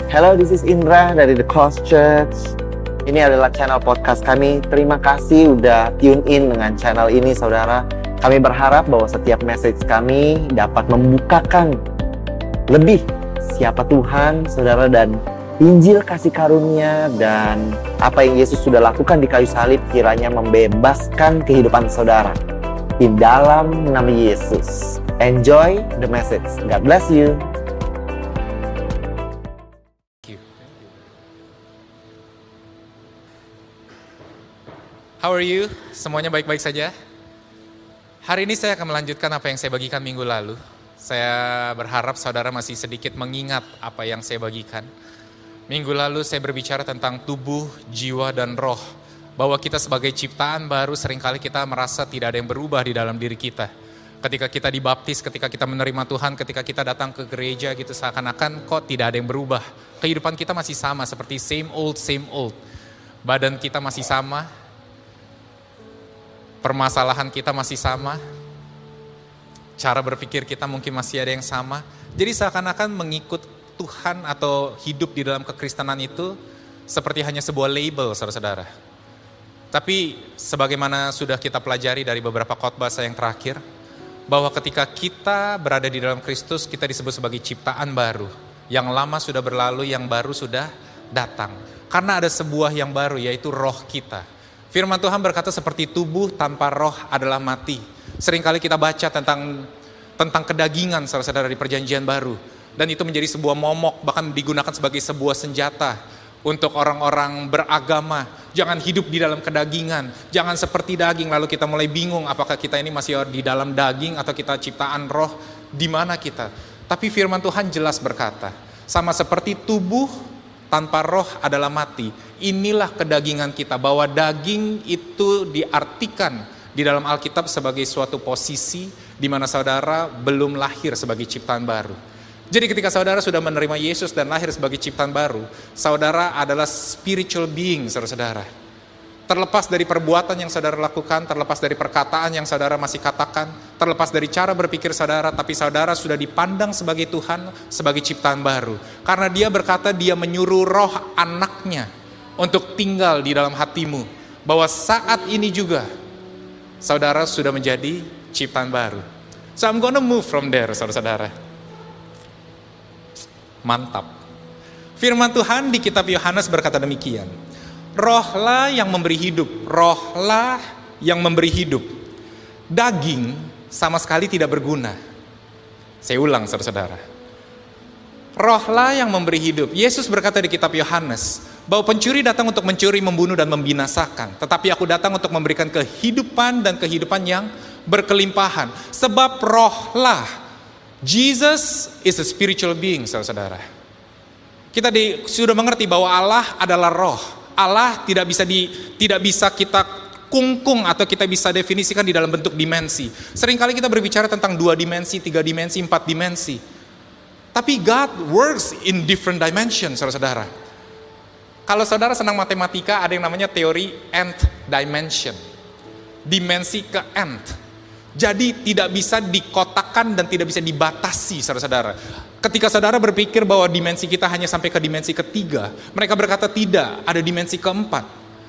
Hello, this is Indra dari The Cross Church. Ini adalah channel podcast kami. Terima kasih udah tune in dengan channel ini, saudara. Kami berharap bahwa setiap message kami dapat membukakan lebih siapa Tuhan, saudara, dan Injil kasih karunia dan apa yang Yesus sudah lakukan di kayu salib kiranya membebaskan kehidupan saudara. Di dalam nama Yesus. Enjoy the message. God bless you. How are you? Semuanya baik-baik saja? Hari ini saya akan melanjutkan apa yang saya bagikan minggu lalu. Saya berharap saudara masih sedikit mengingat apa yang saya bagikan. Minggu lalu saya berbicara tentang tubuh, jiwa, dan roh. Bahwa kita sebagai ciptaan baru seringkali kita merasa tidak ada yang berubah di dalam diri kita. Ketika kita dibaptis, ketika kita menerima Tuhan, ketika kita datang ke gereja gitu seakan-akan kok tidak ada yang berubah. Kehidupan kita masih sama seperti same old. Badan kita masih sama. Permasalahan kita masih sama, cara berpikir kita mungkin masih ada yang sama. Jadi seakan-akan mengikut Tuhan atau hidup di dalam kekristenan itu seperti hanya sebuah label, saudara-saudara. Tapi sebagaimana sudah kita pelajari dari beberapa khotbah saya yang terakhir, bahwa ketika kita berada di dalam Kristus, kita disebut sebagai ciptaan baru. Yang lama sudah berlalu, yang baru sudah datang. Karena ada sebuah yang baru, yaitu roh kita. Firman Tuhan berkata seperti tubuh tanpa roh adalah mati. Seringkali kita baca tentang kedagingan saudara-saudara di perjanjian baru. Dan itu menjadi sebuah momok, bahkan digunakan sebagai sebuah senjata untuk orang-orang beragama. Jangan hidup di dalam kedagingan, jangan seperti daging. Lalu kita mulai bingung apakah kita ini masih di dalam daging atau kita ciptaan roh, di mana kita. Tapi firman Tuhan jelas berkata, sama seperti tubuh tanpa roh adalah mati. Inilah kedagingan kita, bahwa daging itu diartikan di dalam Alkitab sebagai suatu posisi di mana saudara belum lahir sebagai ciptaan baru. Jadi ketika saudara sudah menerima Yesus dan lahir sebagai ciptaan baru, saudara adalah spiritual being, saudara-saudara. Terlepas dari perbuatan yang saudara lakukan, terlepas dari perkataan yang saudara masih katakan, terlepas dari cara berpikir saudara, tapi saudara sudah dipandang sebagai Tuhan, sebagai ciptaan baru. Karena dia berkata dia menyuruh roh anaknya untuk tinggal di dalam hatimu. Bahwa saat ini juga, saudara sudah menjadi ciptaan baru. So I'm gonna move from there, saudara-saudara. Mantap. Firman Tuhan di kitab Yohanes berkata demikian. Rohlah yang memberi hidup, rohlah yang memberi hidup. Daging sama sekali tidak berguna. Saya ulang, saudara-saudara. Rohlah yang memberi hidup. Yesus berkata di kitab Yohanes bahwa pencuri datang untuk mencuri, membunuh, dan membinasakan. Tetapi aku datang untuk memberikan kehidupan dan kehidupan yang berkelimpahan. Sebab rohlah. Jesus is a spiritual being, saudara-saudara. Kita sudah mengerti bahwa Allah adalah roh. Allah tidak bisa kita kungkung atau kita bisa definisikan di dalam bentuk dimensi. Seringkali kita berbicara tentang 2 dimensi, 3 dimensi, 4 dimensi. Tapi God works in different dimensions, saudara-saudara. Kalau saudara senang matematika, ada yang namanya teori nth dimension. Dimensi ke nth. Jadi tidak bisa dikotakkan dan tidak bisa dibatasi, saudara-saudara. Ketika saudara berpikir bahwa dimensi kita hanya sampai ke dimensi ketiga, mereka berkata tidak, ada dimensi keempat.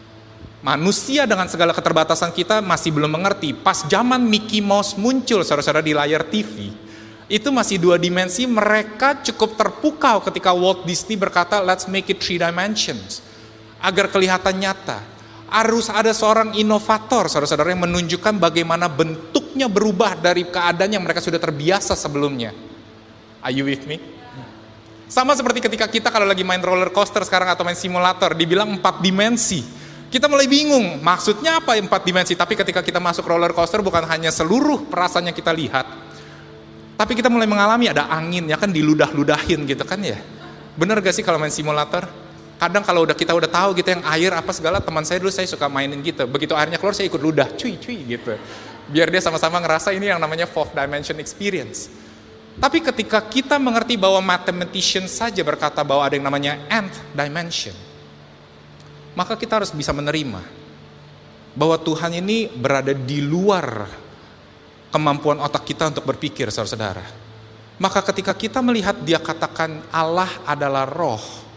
Manusia dengan segala keterbatasan kita masih belum mengerti. Pas zaman Mickey Mouse muncul, saudara-saudara, di layar TV, itu masih 2 dimensi. Mereka cukup terpukau ketika Walt Disney berkata, let's make it 3 dimensions. Agar kelihatan nyata. Harus ada seorang inovator, saudara-saudara, yang menunjukkan bagaimana bentuknya berubah dari keadaan yang mereka sudah terbiasa sebelumnya. Are you with me? Sama seperti ketika kita kalau lagi main roller coaster sekarang atau main simulator, dibilang 4 dimensi. Kita mulai bingung, maksudnya apa 4 dimensi? Tapi ketika kita masuk roller coaster bukan hanya seluruh perasaan yang kita lihat, tapi kita mulai mengalami ada angin, ya kan, diludah-ludahin gitu kan ya. Bener gak sih kalau main simulator? Kadang kalau kita udah tahu gitu yang air apa segala, teman saya dulu saya suka mainin gitu. Begitu airnya keluar saya ikut ludah, cuy gitu. Biar dia sama-sama ngerasa ini yang namanya 4th dimension experience. Tapi ketika kita mengerti bahwa mathematician saja berkata bahwa ada yang namanya nth dimension, maka kita harus bisa menerima bahwa Tuhan ini berada di luar kemampuan otak kita untuk berpikir, saudara-saudara. Maka ketika kita melihat dia katakan Allah adalah roh,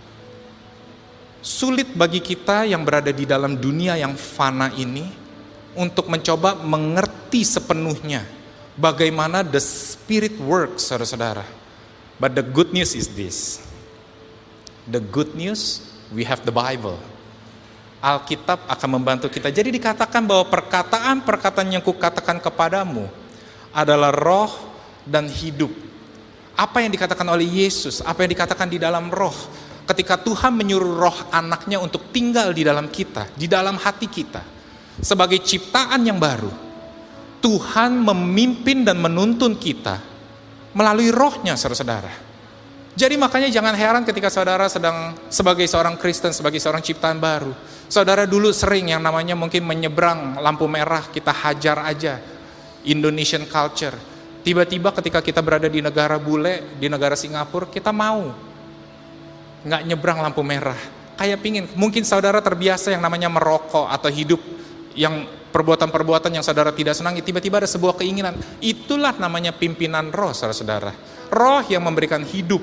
Sulit bagi kita yang berada di dalam dunia yang fana ini untuk mencoba mengerti sepenuhnya bagaimana the Spirit works, saudara-saudara. But the good news is this. The good news, we have the Bible. Alkitab akan membantu kita. Jadi dikatakan bahwa perkataan-perkataan yang kukatakan kepadamu adalah roh dan hidup. Apa yang dikatakan oleh Yesus, apa yang dikatakan di dalam roh, ketika Tuhan menyuruh roh anaknya untuk tinggal di dalam kita, di dalam hati kita, sebagai ciptaan yang baru, Tuhan memimpin dan menuntun kita melalui rohnya, saudara-saudara. Jadi makanya jangan heran ketika saudara sedang sebagai seorang Kristen, sebagai seorang ciptaan baru, saudara dulu sering yang namanya mungkin menyeberang lampu merah, kita hajar aja, Indonesian culture. Tiba-tiba ketika kita berada di negara bule, di negara Singapura, kita mau nggak nyebrang lampu merah. Kayak pingin, mungkin saudara terbiasa yang namanya merokok atau hidup yang perbuatan-perbuatan yang saudara tidak senangi, tiba-tiba ada sebuah keinginan. Itulah namanya pimpinan roh, saudara-saudara. Roh yang memberikan hidup.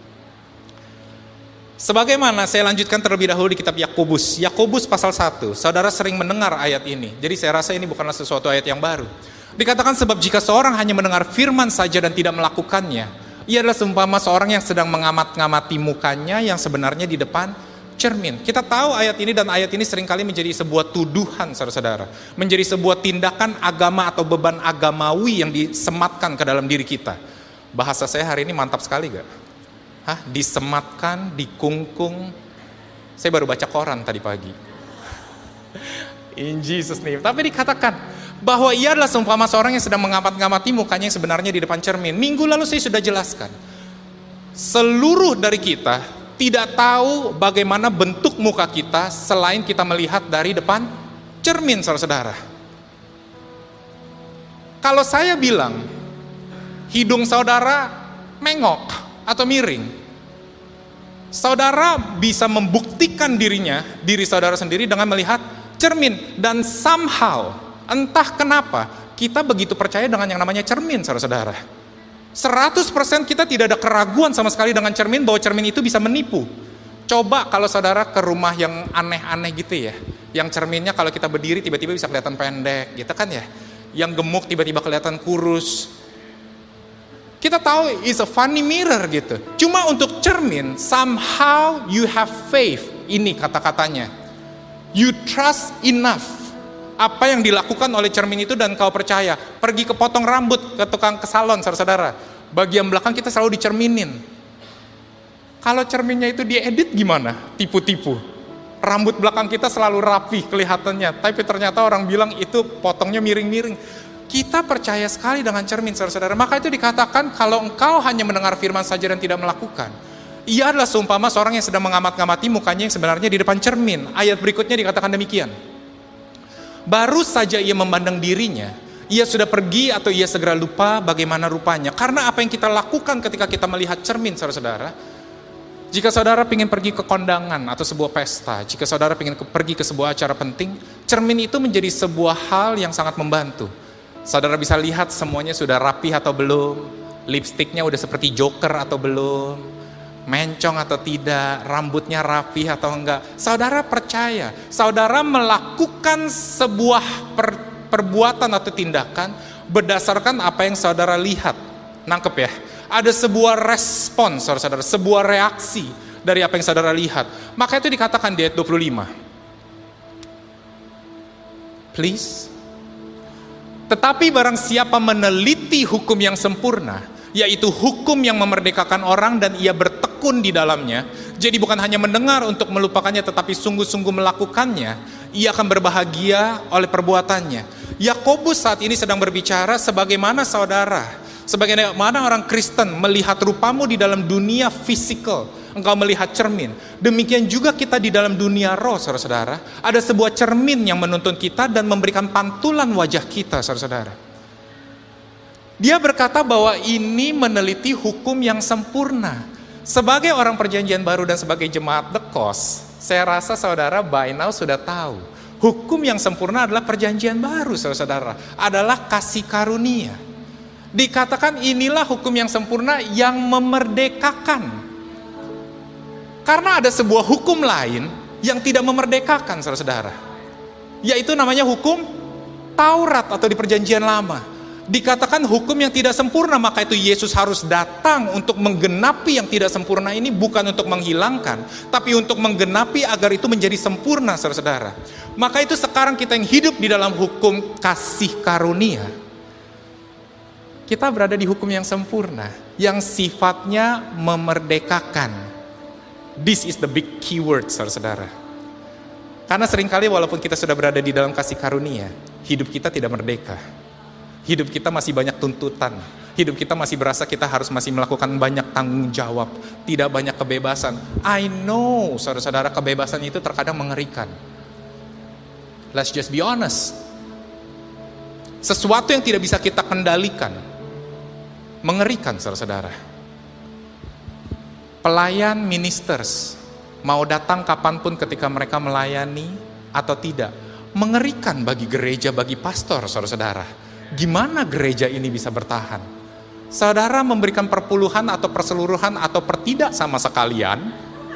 Sebagaimana saya lanjutkan terlebih dahulu di kitab Yakobus. Yakobus pasal 1. Saudara sering mendengar ayat ini. Jadi saya rasa ini bukanlah sesuatu ayat yang baru. Dikatakan sebab jika seorang hanya mendengar firman saja dan tidak melakukannya, ia adalah seumpama seorang yang sedang mengamat-ngamati mukanya yang sebenarnya di depan cermin. Kita tahu ayat ini dan ayat ini seringkali menjadi sebuah tuduhan, saudara-saudara. Menjadi sebuah tindakan agama atau beban agamawi yang disematkan ke dalam diri kita. Bahasa saya hari ini mantap sekali gak? Disematkan, dikungkung. Saya baru baca koran tadi pagi. In Jesus name. Tapi dikatakan bahwa ia adalah seumpama seorang yang sedang mengamat-ngamati mukanya yang sebenarnya di depan cermin. Minggu lalu saya sudah jelaskan. Seluruh dari kita tidak tahu bagaimana bentuk muka kita selain kita melihat dari depan cermin, saudara-saudara. Kalau saya bilang hidung saudara mengok atau miring, saudara bisa membuktikan diri saudara sendiri dengan melihat cermin. Dan somehow, entah kenapa, kita begitu percaya dengan yang namanya cermin, saudara-saudara. 100% kita tidak ada keraguan sama sekali dengan cermin, bahwa cermin itu bisa menipu. Coba kalau saudara ke rumah yang aneh-aneh gitu ya, yang cerminnya kalau kita berdiri tiba-tiba bisa kelihatan pendek gitu kan ya, yang gemuk tiba-tiba kelihatan kurus. Kita tahu it's a funny mirror gitu. Cuma untuk cermin, somehow you have faith. Ini kata-katanya. You trust enough apa yang dilakukan oleh cermin itu dan kau percaya. Pergi ke potong rambut, ke tukang ke salon, saudara-saudara. Bagian belakang kita selalu dicerminin. Kalau cerminnya itu diedit gimana? Tipu-tipu. Rambut belakang kita selalu rapi kelihatannya. Tapi ternyata orang bilang itu potongnya miring-miring. Kita percaya sekali dengan cermin, saudara-saudara. Maka itu dikatakan kalau engkau hanya mendengar firman saja dan tidak melakukan, ia adalah seumpama seorang yang sedang mengamat-ngamati mukanya yang sebenarnya di depan cermin. Ayat berikutnya dikatakan demikian. Baru saja ia memandang dirinya, ia sudah pergi atau ia segera lupa bagaimana rupanya. Karena apa yang kita lakukan ketika kita melihat cermin, saudara-saudara. Jika saudara ingin pergi ke kondangan atau sebuah pesta, jika saudara ingin pergi ke sebuah acara penting, cermin itu menjadi sebuah hal yang sangat membantu. Saudara bisa lihat semuanya sudah rapi atau belum, lipstiknya udah seperti Joker atau belum, mencong atau tidak, rambutnya rapi atau enggak. Saudara percaya, saudara melakukan sebuah perbuatan atau tindakan berdasarkan apa yang saudara lihat. Nangkep ya? Ada sebuah respon, saudara-saudara, sebuah reaksi dari apa yang saudara lihat. Maka itu dikatakan di ayat 25. Please. Tetapi barang siapa meneliti hukum yang sempurna, yaitu hukum yang memerdekakan orang dan ia bertekun di dalamnya, jadi bukan hanya mendengar untuk melupakannya tetapi sungguh-sungguh melakukannya, ia akan berbahagia oleh perbuatannya. Yakobus saat ini sedang berbicara sebagaimana saudara, sebagaimana orang Kristen melihat rupamu di dalam dunia fisikal, engkau melihat cermin. Demikian juga kita di dalam dunia roh, saudara-saudara. Ada sebuah cermin yang menuntun kita dan memberikan pantulan wajah kita, saudara-saudara. Dia berkata bahwa ini meneliti hukum yang sempurna. Sebagai orang perjanjian baru dan sebagai jemaat The Cause, saya rasa saudara by now sudah tahu. Hukum yang sempurna adalah perjanjian baru, saudara-saudara. Adalah kasih karunia. Dikatakan inilah hukum yang sempurna yang memerdekakan. Karena ada sebuah hukum lain yang tidak memerdekakan, saudara-saudara. Yaitu namanya hukum Taurat atau di perjanjian lama. Dikatakan hukum yang tidak sempurna, maka itu Yesus harus datang untuk menggenapi yang tidak sempurna ini, bukan untuk menghilangkan, tapi untuk menggenapi agar itu menjadi sempurna, saudara-saudara. Maka itu sekarang kita yang hidup di dalam hukum kasih karunia, kita berada di hukum yang sempurna, yang sifatnya memerdekakan. This is the big keyword, saudara-saudara. Karena seringkali walaupun kita sudah berada di dalam kasih karunia, hidup kita tidak merdeka. Hidup kita masih banyak tuntutan. Hidup kita masih berasa kita harus masih melakukan banyak tanggung jawab. Tidak banyak kebebasan. I know, saudara-saudara, kebebasan itu terkadang mengerikan. Let's just be honest. Sesuatu yang tidak bisa kita kendalikan mengerikan, saudara-saudara. Pelayan ministers mau datang kapanpun ketika mereka melayani atau tidak, mengerikan bagi gereja, bagi pastor, saudara-saudara. Gimana gereja ini bisa bertahan? Saudara memberikan perpuluhan atau perseluruhan atau pertidak sama sekalian,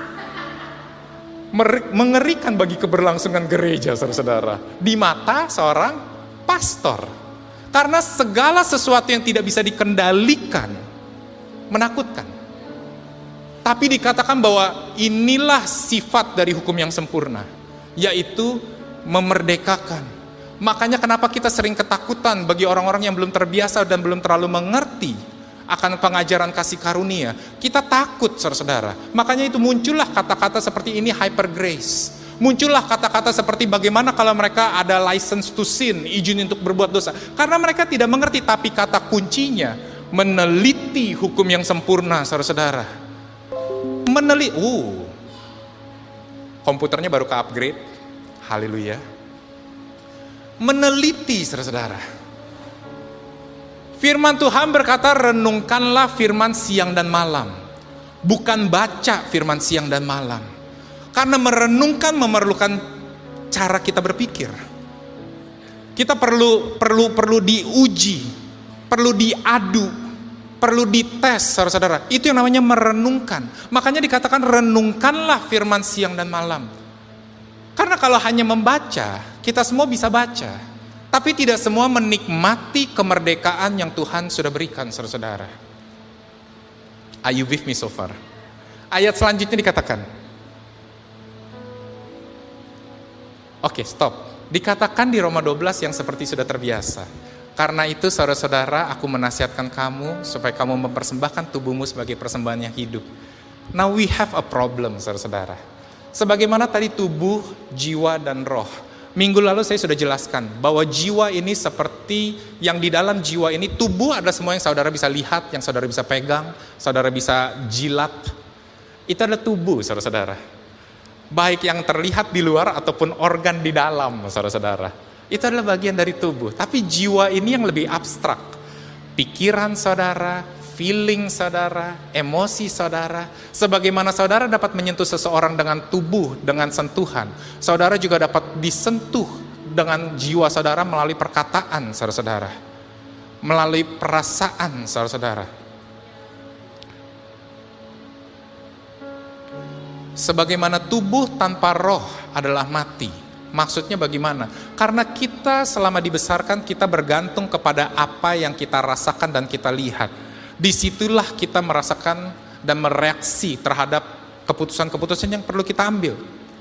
mengerikan bagi keberlangsungan gereja, saudara-saudara, di mata seorang pastor. Karena segala sesuatu yang tidak bisa dikendalikan menakutkan. Tapi dikatakan bahwa inilah sifat dari hukum yang sempurna, yaitu memerdekakan. Makanya kenapa kita sering ketakutan bagi orang-orang yang belum terbiasa dan belum terlalu mengerti akan pengajaran kasih karunia. Kita takut, saudara-saudara. Makanya itu muncullah kata-kata seperti ini, hyper grace. Muncullah kata-kata seperti bagaimana kalau mereka ada license to sin, izin untuk berbuat dosa. Karena mereka tidak mengerti, tapi kata kuncinya meneliti hukum yang sempurna, saudara-saudara. Komputernya baru ke-upgrade. Haleluya. Meneliti, saudara-saudara. Firman Tuhan berkata, renungkanlah firman siang dan malam. Bukan baca firman siang dan malam. Karena merenungkan memerlukan cara kita berpikir. Kita perlu diuji, perlu diadu, perlu dites, saudara-saudara. Itu yang namanya merenungkan. Makanya dikatakan renungkanlah firman siang dan malam. Karena kalau hanya membaca, kita semua bisa baca. Tapi tidak semua menikmati kemerdekaan yang Tuhan sudah berikan, saudara-saudara. Are you with me so far? Ayat selanjutnya dikatakan. Oke, stop. Dikatakan di Roma 12 yang seperti sudah terbiasa. Karena itu, saudara-saudara, aku menasihatkan kamu supaya kamu mempersembahkan tubuhmu sebagai persembahan yang hidup. Now we have a problem, saudara-saudara. Sebagaimana tadi tubuh, jiwa, dan roh. Minggu lalu saya sudah jelaskan bahwa jiwa ini seperti yang di dalam jiwa ini, tubuh adalah semua yang saudara bisa lihat, yang saudara bisa pegang, saudara bisa jilat. Itu adalah tubuh, saudara-saudara. Baik yang terlihat di luar ataupun organ di dalam, saudara-saudara. Itu adalah bagian dari tubuh. Tapi jiwa ini yang lebih abstrak. Pikiran saudara, feeling saudara, emosi saudara. Sebagaimana saudara dapat menyentuh seseorang dengan tubuh, dengan sentuhan, saudara juga dapat disentuh dengan jiwa saudara melalui perkataan, saudara-saudara. Melalui perasaan, saudara-saudara. Sebagaimana tubuh tanpa roh adalah mati. Maksudnya bagaimana? Karena kita selama dibesarkan, kita bergantung kepada apa yang kita rasakan dan kita lihat. Disitulah kita merasakan dan mereaksi terhadap keputusan-keputusan yang perlu kita ambil.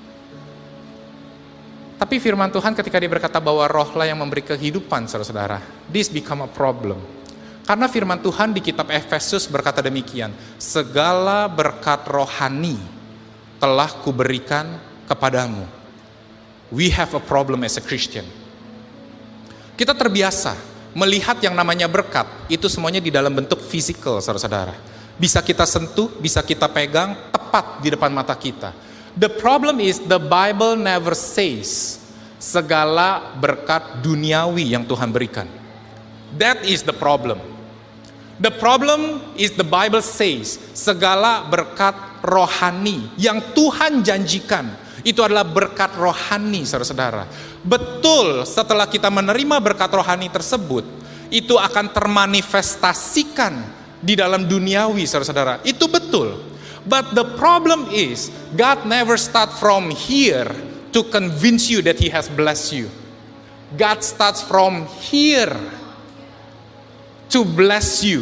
Tapi firman Tuhan ketika dia berkata bahwa rohlah yang memberi kehidupan, saudara-saudara, this become a problem. Karena firman Tuhan di kitab Efesus berkata demikian, segala berkat rohani telah kuberikan kepadamu. We have a problem as a Christian. Kita terbiasa melihat yang namanya berkat, itu semuanya di dalam bentuk fisikal, saudara-saudara. Bisa kita sentuh, bisa kita pegang, tepat di depan mata kita. The problem is, the Bible never says segala berkat duniawi yang Tuhan berikan. That is the problem. The problem is the Bible says segala berkat rohani yang Tuhan janjikan, itu adalah berkat rohani, saudara-saudara. Betul, setelah kita menerima berkat rohani tersebut, itu akan termanifestasikan di dalam duniawi, saudara-saudara. Itu betul. But the problem is, God never start from here to convince you that He has blessed you. God starts from here to bless you.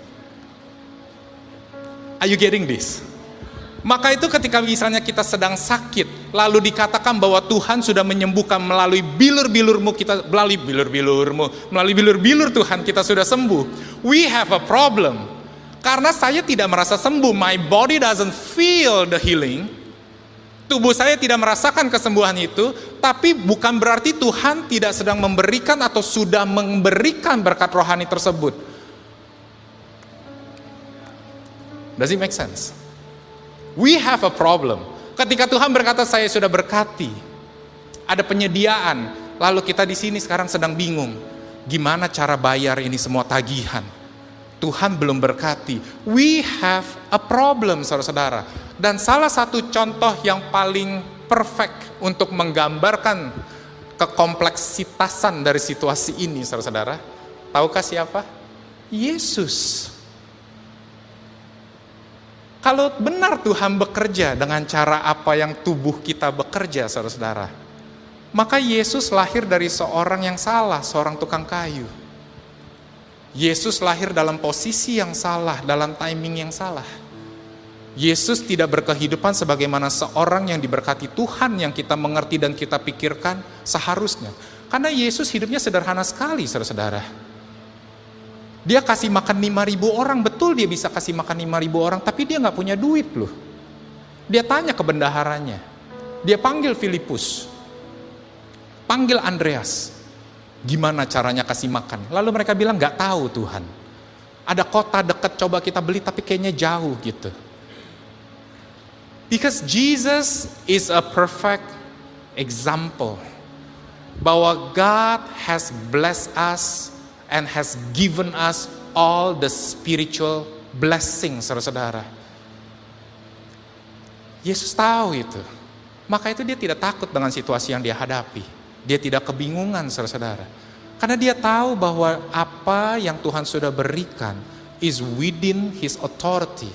Are you getting this? Maka itu ketika misalnya kita sedang sakit, lalu dikatakan bahwa Tuhan sudah menyembuhkan melalui bilur-bilurmu melalui bilur-bilur Tuhan kita sudah sembuh. We have a problem. Karena saya tidak merasa sembuh, my body doesn't feel the healing. Tubuh saya tidak merasakan kesembuhan itu, tapi bukan berarti Tuhan tidak sedang memberikan atau sudah memberikan berkat rohani tersebut. Does it make sense? We have a problem. Ketika Tuhan berkata saya sudah berkati, ada penyediaan, lalu kita di sini sekarang sedang bingung, gimana cara bayar ini semua tagihan? Tuhan belum berkati. We have a problem, saudara-saudara. Dan salah satu contoh yang paling perfect untuk menggambarkan kekompleksitasan dari situasi ini, saudara-saudara, tahukah siapa? Yesus. Kalau benar Tuhan bekerja dengan cara apa yang tubuh kita bekerja, saudara-saudara, maka Yesus lahir dari seorang yang salah, seorang tukang kayu. Yesus lahir dalam posisi yang salah, dalam timing yang salah. Yesus tidak berkehidupan sebagaimana seorang yang diberkati Tuhan yang kita mengerti dan kita pikirkan seharusnya. Karena Yesus hidupnya sederhana sekali, saudara-saudara. Dia kasih makan 5.000 orang, betul dia bisa kasih makan 5.000 orang, tapi dia gak punya duit loh. Dia tanya ke bendaharanya, dia panggil Filipus, panggil Andreas, gimana caranya kasih makan? Lalu mereka bilang, gak tahu Tuhan. Ada kota dekat coba kita beli, tapi kayaknya jauh gitu. Because Jesus is a perfect example bahwa God has blessed us and has given us all the spiritual blessings, saudara-saudara. Yesus tahu itu. Maka itu dia tidak takut dengan situasi yang dia hadapi. Dia tidak kebingungan, saudara-saudara. Karena dia tahu bahwa apa yang Tuhan sudah berikan is within His authority.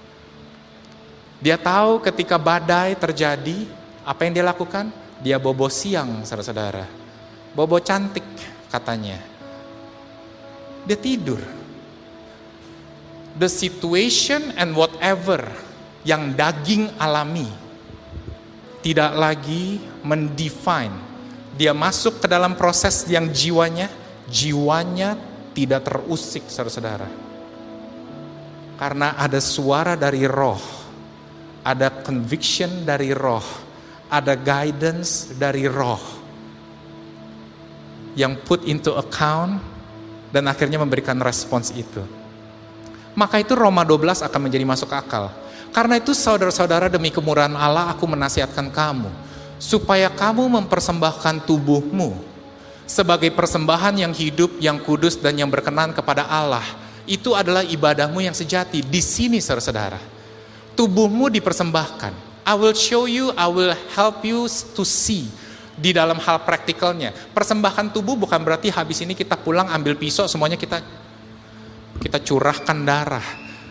Dia tahu ketika badai terjadi, apa yang dia lakukan? Dia bobo siang, saudara-saudara. Bobo cantik katanya. Dia tidur. The situation and whatever yang daging alami tidak lagi mendefine. Dia masuk ke dalam proses yang jiwanya tidak terusik, saudara-saudara. Karena ada suara dari roh, ada conviction dari roh, ada guidance dari roh yang put into account dan akhirnya memberikan respons itu. Maka itu Roma 12 akan menjadi masuk akal. Karena itu saudara-saudara, demi kemurahan Allah aku menasihatkan kamu, supaya kamu mempersembahkan tubuhmu sebagai persembahan yang hidup, yang kudus dan yang berkenan kepada Allah. Itu adalah ibadahmu yang sejati. Di sini saudara-saudara, tubuhmu dipersembahkan. I will show you, I will help you to see. Di dalam hal praktikalnya, persembahan tubuh bukan berarti habis ini kita pulang ambil pisau semuanya kita curahkan darah.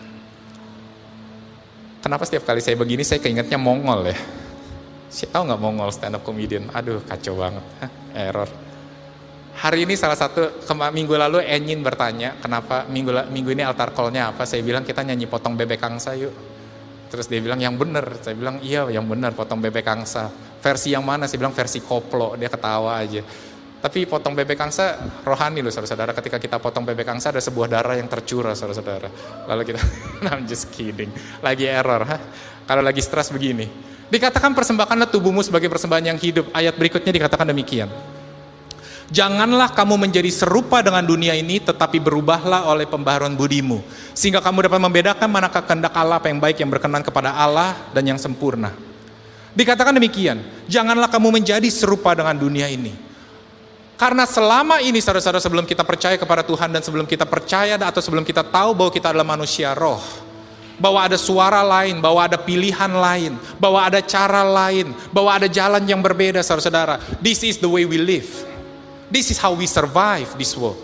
Kenapa setiap kali saya begini saya keingetnya Mongol ya? Saya tahu nggak Mongol stand up comedian? Aduh kacau banget, error. Hari ini salah satu minggu lalu Enyin bertanya kenapa minggu ini altar call-nya apa? Saya bilang kita nyanyi potong bebek angsa yuk. Terus dia bilang yang benar. Saya bilang iya yang benar potong bebek angsa. Versi yang mana? Saya bilang versi koplo. Dia ketawa aja. Tapi potong bebek angsa rohani loh saudara-saudara. Ketika kita potong bebek angsa ada sebuah darah yang tercurah saudara-saudara. Lalu kita, I'm just kidding. Lagi error. Kalau lagi stres begini. Dikatakan persembahkanlah tubuhmu sebagai persembahan yang hidup. Ayat berikutnya dikatakan demikian. Janganlah kamu menjadi serupa dengan dunia ini, tetapi berubahlah oleh pembaharuan budimu, sehingga kamu dapat membedakan manakah kehendak Allah, apa yang baik, yang berkenan kepada Allah, dan yang sempurna. Dikatakan demikian, janganlah kamu menjadi serupa dengan dunia ini. Karena selama ini saudara-saudara, sebelum kita percaya kepada Tuhan dan sebelum kita percaya atau sebelum kita tahu bahwa kita adalah manusia roh, bahwa ada suara lain, bahwa ada pilihan lain, bahwa ada cara lain, bahwa ada jalan yang berbeda saudara-saudara. This is the way we live. This is how we survive this world.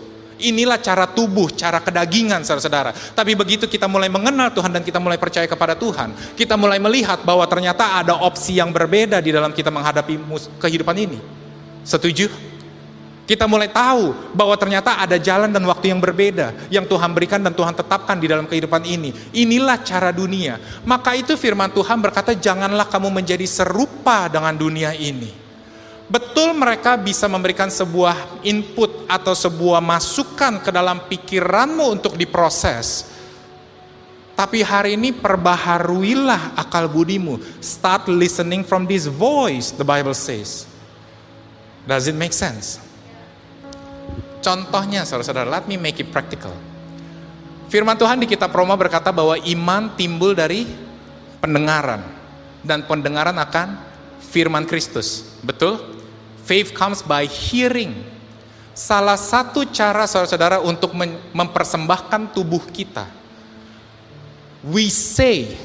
Inilah cara tubuh, cara kedagingan saudara-saudara. Tapi begitu kita mulai mengenal Tuhan dan kita mulai percaya kepada Tuhan, kita mulai melihat bahwa ternyata ada opsi yang berbeda di dalam kita menghadapi kehidupan ini. Setuju? Kita mulai tahu bahwa ternyata ada jalan dan waktu yang berbeda yang Tuhan berikan dan Tuhan tetapkan di dalam kehidupan ini. Inilah cara dunia. Maka itu firman Tuhan berkata, janganlah kamu menjadi serupa dengan dunia ini. Betul mereka bisa memberikan sebuah input atau sebuah masukan ke dalam pikiranmu untuk diproses. Tapi hari ini perbaharuilah akal budimu. Start listening from this voice, the Bible says. Does it make sense? Contohnya saudara-saudara, let me make it practical. Firman Tuhan di kitab Roma berkata bahwa iman timbul dari pendengaran. Dan pendengaran akan firman Kristus. Betul? Faith comes by hearing. Salah satu cara saudara-saudara untuk mempersembahkan tubuh kita. We say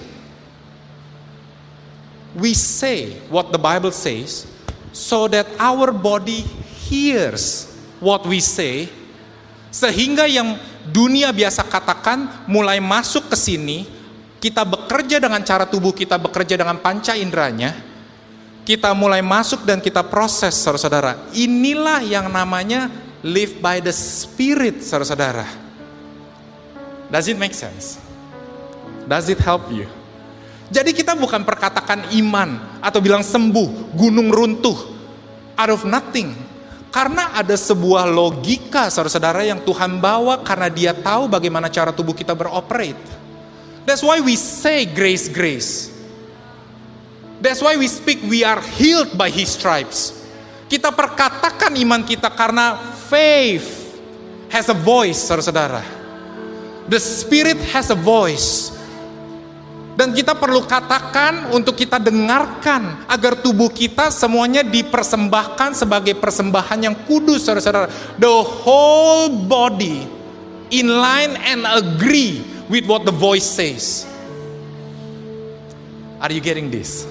what the Bible says so that our body hears what we say, sehingga yang dunia biasa katakan mulai masuk ke sini, kita bekerja dengan cara tubuh kita bekerja dengan panca inderanya, kita mulai masuk dan kita proses saudara-saudara. Inilah yang namanya live by the Spirit saudara-saudara. Does it make sense? Does it help you? Jadi kita bukan perkatakan iman atau bilang sembuh, gunung runtuh, out of nothing. Karena ada sebuah logika saudara-saudara yang Tuhan bawa karena dia tahu bagaimana cara tubuh kita beroperate. That's why we say grace, grace. That's why we speak we are healed by His stripes. Kita perkatakan iman kita karena faith has a voice saudara-saudara. The Spirit has a voice. Dan kita perlu katakan untuk kita dengarkan agar tubuh kita semuanya dipersembahkan sebagai persembahan yang kudus saudara-saudara. The whole body in line and agree with what the voice says. Are you getting this?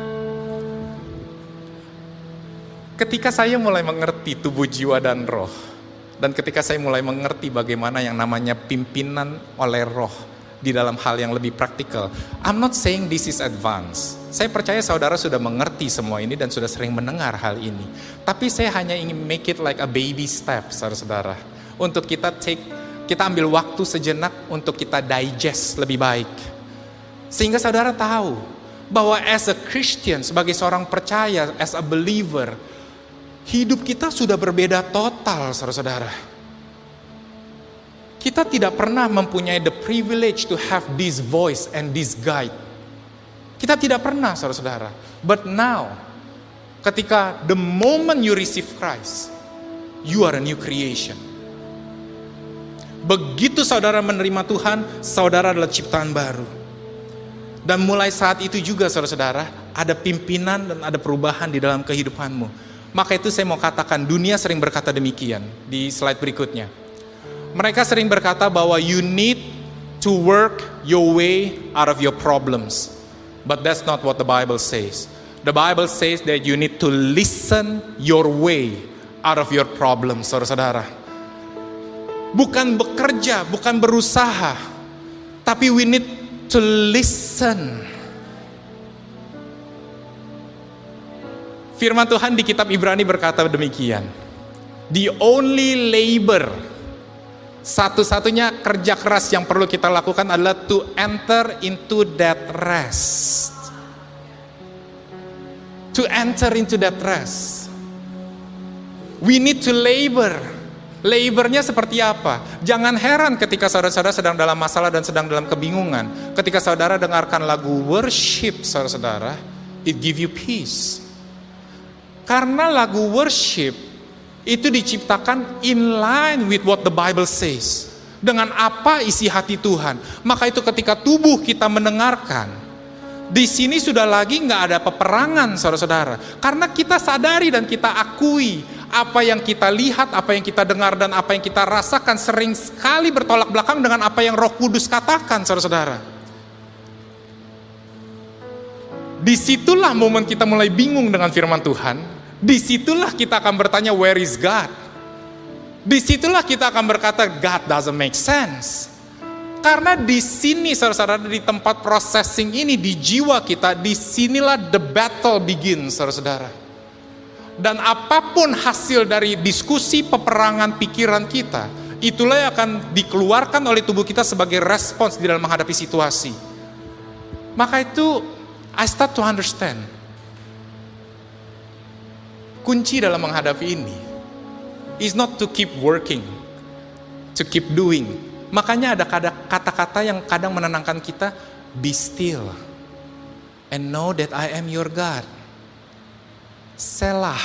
Ketika saya mulai mengerti tubuh, jiwa, dan roh, dan ketika saya mulai mengerti bagaimana yang namanya pimpinan oleh roh di dalam hal yang lebih praktikal, I'm not saying this is advanced. Saya percaya saudara sudah mengerti semua ini dan sudah sering mendengar hal ini. Tapi saya hanya ingin make it like a baby step, saudara-saudara. Untuk kita ambil waktu sejenak untuk kita digest lebih baik. Sehingga saudara tahu bahwa as a Christian, sebagai seorang percaya, as a believer, hidup kita sudah berbeda total, saudara-saudara. Kita tidak pernah mempunyai the privilege to have this voice and this guide. Kita tidak pernah, saudara-saudara. But now, ketika the moment you receive Christ, you are a new creation. Begitu saudara menerima Tuhan, saudara adalah ciptaan baru. Dan mulai saat itu juga, saudara-saudara, ada pimpinan dan ada perubahan di dalam kehidupanmu. Maka itu saya mau katakan, dunia sering berkata demikian. Di slide berikutnya. Mereka sering berkata bahwa you need to work your way out of your problems. But that's not what the Bible says. The Bible says that you need to listen your way out of your problems, saudara-saudara. Bukan bekerja, bukan berusaha, tapi we need to listen. Firman Tuhan di kitab Ibrani berkata demikian. The only labor, satu-satunya kerja keras yang perlu kita lakukan adalah to enter into that rest. To enter into that rest. We need to labor. Labornya seperti apa? Jangan heran ketika saudara-saudara sedang dalam masalah dan sedang dalam kebingungan. Ketika saudara dengarkan lagu worship, saudara-saudara, it give you peace. Karena lagu worship itu diciptakan in line with what the Bible says. Dengan apa isi hati Tuhan. Maka itu ketika tubuh kita mendengarkan, di sini sudah lagi nggak ada peperangan, saudara-saudara. Karena kita sadari dan kita akui apa yang kita lihat, apa yang kita dengar, dan apa yang kita rasakan sering sekali bertolak belakang dengan apa yang Roh Kudus katakan, saudara-saudara. Disitulah momen kita mulai bingung dengan firman Tuhan. Disitulah kita akan bertanya, where is God? Disitulah kita akan berkata, God doesn't make sense. Karena di sini saudara-saudara, di tempat processing ini, di jiwa kita, disinilah the battle begins saudara-saudara. Dan apapun hasil dari diskusi peperangan pikiran kita, itulah yang akan dikeluarkan oleh tubuh kita sebagai respons di dalam menghadapi situasi. Maka itu, I start to understand. Kunci dalam menghadapi ini is not to keep working, to keep doing. Makanya ada kata-kata yang kadang menenangkan kita, be still and know that I am your God. Selah.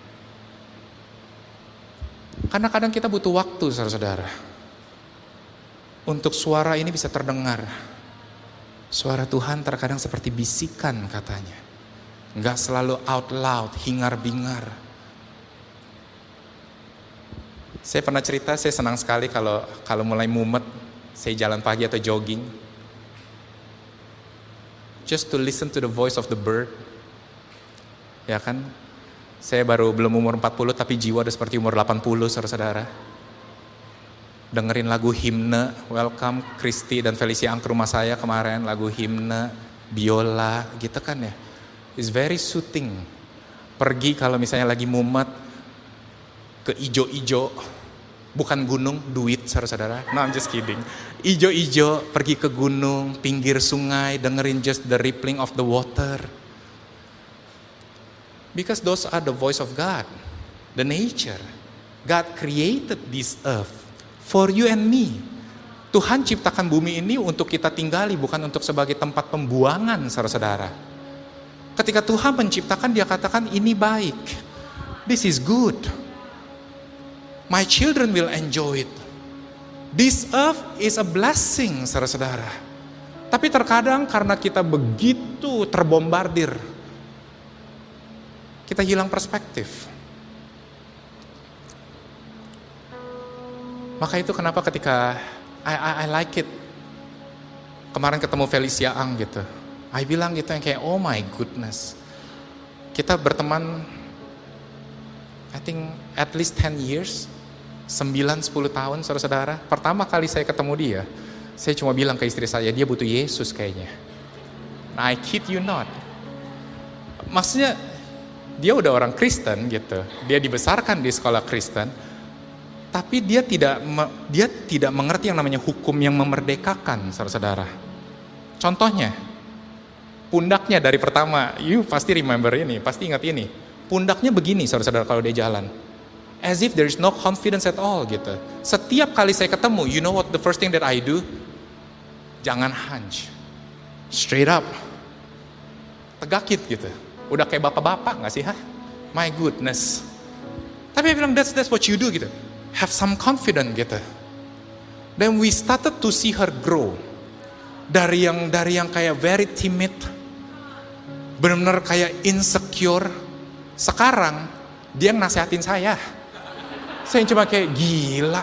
Karena kadang kita butuh waktu saudara-saudara untuk suara ini bisa terdengar. Suara Tuhan terkadang seperti bisikan katanya, nggak selalu out loud, hingar-bingar. Saya pernah cerita, saya senang sekali kalau mulai mumet, saya jalan pagi atau jogging, just to listen to the voice of the bird. Ya kan, saya baru belum umur 40 tapi jiwa udah seperti umur 80 saudara-saudara. Dengerin lagu himne, welcome Kristi dan Felicia Ang ke rumah saya kemarin, lagu himne, biola gitu kan ya. It's very soothing. Pergi kalau misalnya lagi mumet ke ijo-ijo, bukan gunung, duit saudara-saudara. No, I'm just kidding. Ijo-ijo, pergi ke gunung, pinggir sungai, dengerin just the rippling of the water. Because those are the voice of God, the nature. God created this earth for you and me. Tuhan ciptakan bumi ini untuk kita tinggali, bukan untuk sebagai tempat pembuangan saudara-saudara. Ketika Tuhan menciptakan, dia katakan ini baik. This is good. My children will enjoy it. This earth is a blessing saudara-saudara. Tapi terkadang karena kita begitu terbombardir, kita hilang perspektif. Maka itu kenapa ketika I like it. Kemarin ketemu Felicia Ang gitu. I bilang gitu yang kayak oh my goodness. Kita berteman I think at least 10 years. 9-10 tahun saudara-saudara. Pertama kali saya ketemu dia, saya cuma bilang ke istri saya, dia butuh Yesus kayaknya. Nah, I kid you not. Maksudnya dia udah orang Kristen gitu. Dia dibesarkan di sekolah Kristen. Tapi dia tidak mengerti yang namanya hukum yang memerdekakan, saudara-saudara. Contohnya, pundaknya dari pertama, you pasti remember ini, pasti ingat ini. Pundaknya begini, saudara-saudara, kalau dia jalan. As if there is no confidence at all gitu. Setiap kali saya ketemu, you know what the first thing that I do? Jangan hunch. Straight up. Tegakit gitu. Udah kayak bapak-bapak gak sih? My goodness. Tapi dia bilang that's what you do gitu. Have some confidence gitu. Then we started to see her grow. Dari yang kayak very timid, benar-benar kayak insecure. Sekarang dia nasihatin saya. Saya cuma kayak gila.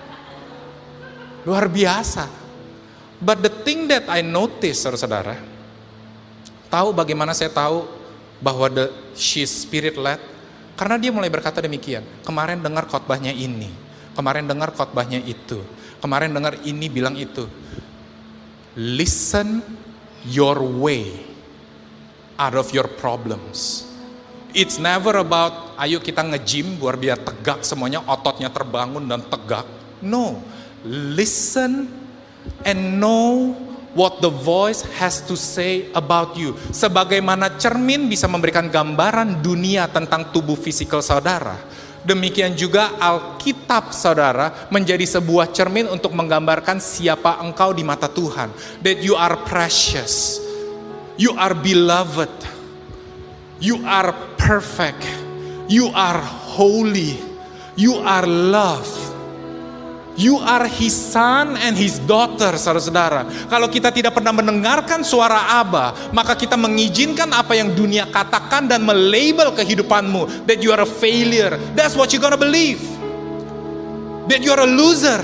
Luar biasa. But the thing that I notice saudara-saudara, tahu bagaimana saya tahu bahwa she is spirit led? Karena dia mulai berkata demikian. Kemarin dengar khotbahnya ini, kemarin dengar khotbahnya itu, kemarin dengar ini bilang itu. Listen your way out of your problems. It's never about ayo kita nge-gym biar tegak semuanya, ototnya terbangun dan tegak. No, listen and know what the voice has to say about you. Sebagaimana cermin bisa memberikan gambaran dunia tentang tubuh fisikal saudara, demikian juga Alkitab saudara menjadi sebuah cermin untuk menggambarkan siapa engkau di mata Tuhan. That you are precious, you are beloved, you are perfect, you are holy, you are loved. You are his son and his daughter, saudara-saudara. Kalau kita tidak pernah mendengarkan suara Aba, maka kita mengizinkan apa yang dunia katakan dan melabel kehidupanmu. That you are a failure. That's what you're gonna believe. That you are a loser.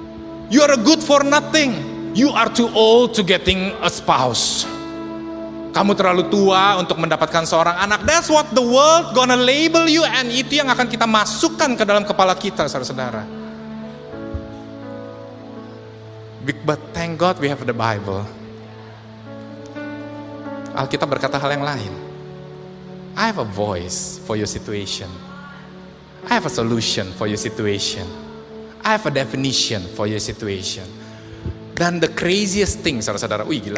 You are a good for nothing. You are too old to getting a spouse. Kamu terlalu tua untuk mendapatkan seorang anak. That's what the world gonna label you, and itu yang akan kita masukkan ke dalam kepala kita, saudara-saudara. But thank God we have the Bible. Alkitab berkata hal yang lain. I have a voice for your situation. I have a solution for your situation. I have a definition for your situation. Dan the craziest thing, saudara-saudara, wih gila.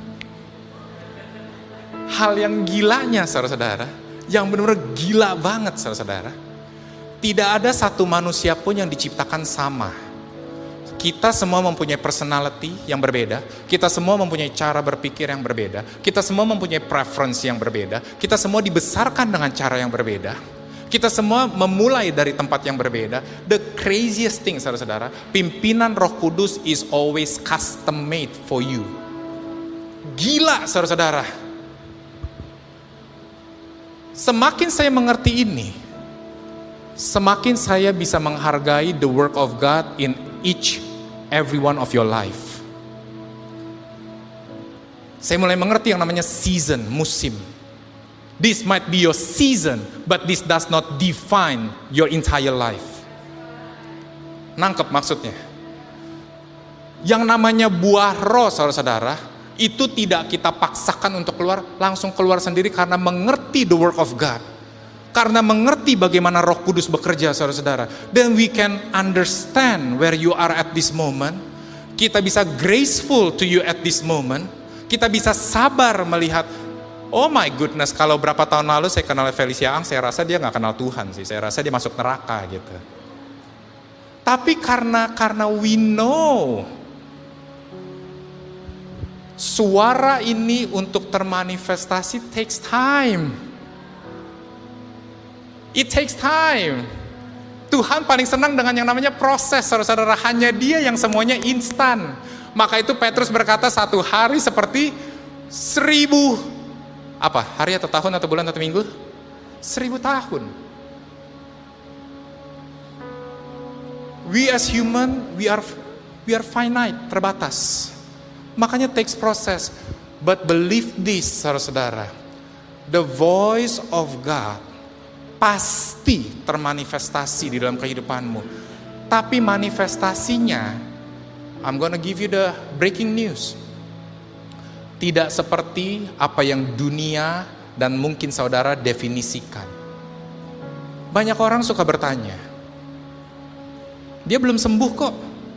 Hal yang gilanya, saudara-saudara, yang benar-benar gila banget, saudara-saudara. Tidak ada satu manusia pun yang diciptakan sama. Kita semua mempunyai personality yang berbeda. Kita semua mempunyai cara berpikir yang berbeda. Kita semua mempunyai preference yang berbeda. Kita semua dibesarkan dengan cara yang berbeda. Kita semua memulai dari tempat yang berbeda. The craziest thing, saudara-saudara, pimpinan Roh Kudus is always custom made for you. Gila, saudara-saudara. Semakin saya mengerti ini, semakin saya bisa menghargai the work of God in every one of your life. Saya mulai mengerti yang namanya season, musim. This might be your season, but this does not define your entire life. Nangkep maksudnya? Yang namanya buah roh, saudara-saudara, itu tidak kita paksakan untuk keluar, langsung keluar sendiri karena mengerti the work of God. Karena mengerti bagaimana Roh Kudus bekerja, saudara-saudara. Then we can understand where you are at this moment. Kita bisa graceful to you at this moment. Kita bisa sabar melihat, oh my goodness, kalau berapa tahun lalu saya kenal Felicia Ang, saya rasa dia gak kenal Tuhan sih. Saya rasa dia masuk neraka gitu. Tapi karena we know suara ini untuk termanifestasi takes time. It takes time. Tuhan paling senang dengan yang namanya proses, saudara-saudara. Hanya Dia yang semuanya instan. Maka itu Petrus berkata, satu hari seperti 1000 hari atau tahun atau bulan atau minggu? 1000 tahun. We as human, we are finite, terbatas. Makanya takes process. But believe this, saudara-saudara. The voice of God pasti termanifestasi di dalam kehidupanmu. Tapi manifestasinya, I'm gonna give you the breaking news. Tidak seperti apa yang dunia dan mungkin saudara definisikan. Banyak orang suka bertanya, dia belum sembuh kok.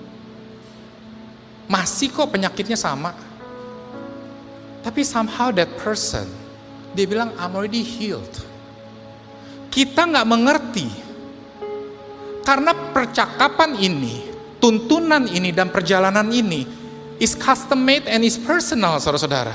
Masih kok penyakitnya sama. Tapi somehow that person, dia bilang I'm already healed. Kita gak mengerti. Karena percakapan ini, tuntunan ini dan perjalanan ini is custom made and is personal, saudara-saudara.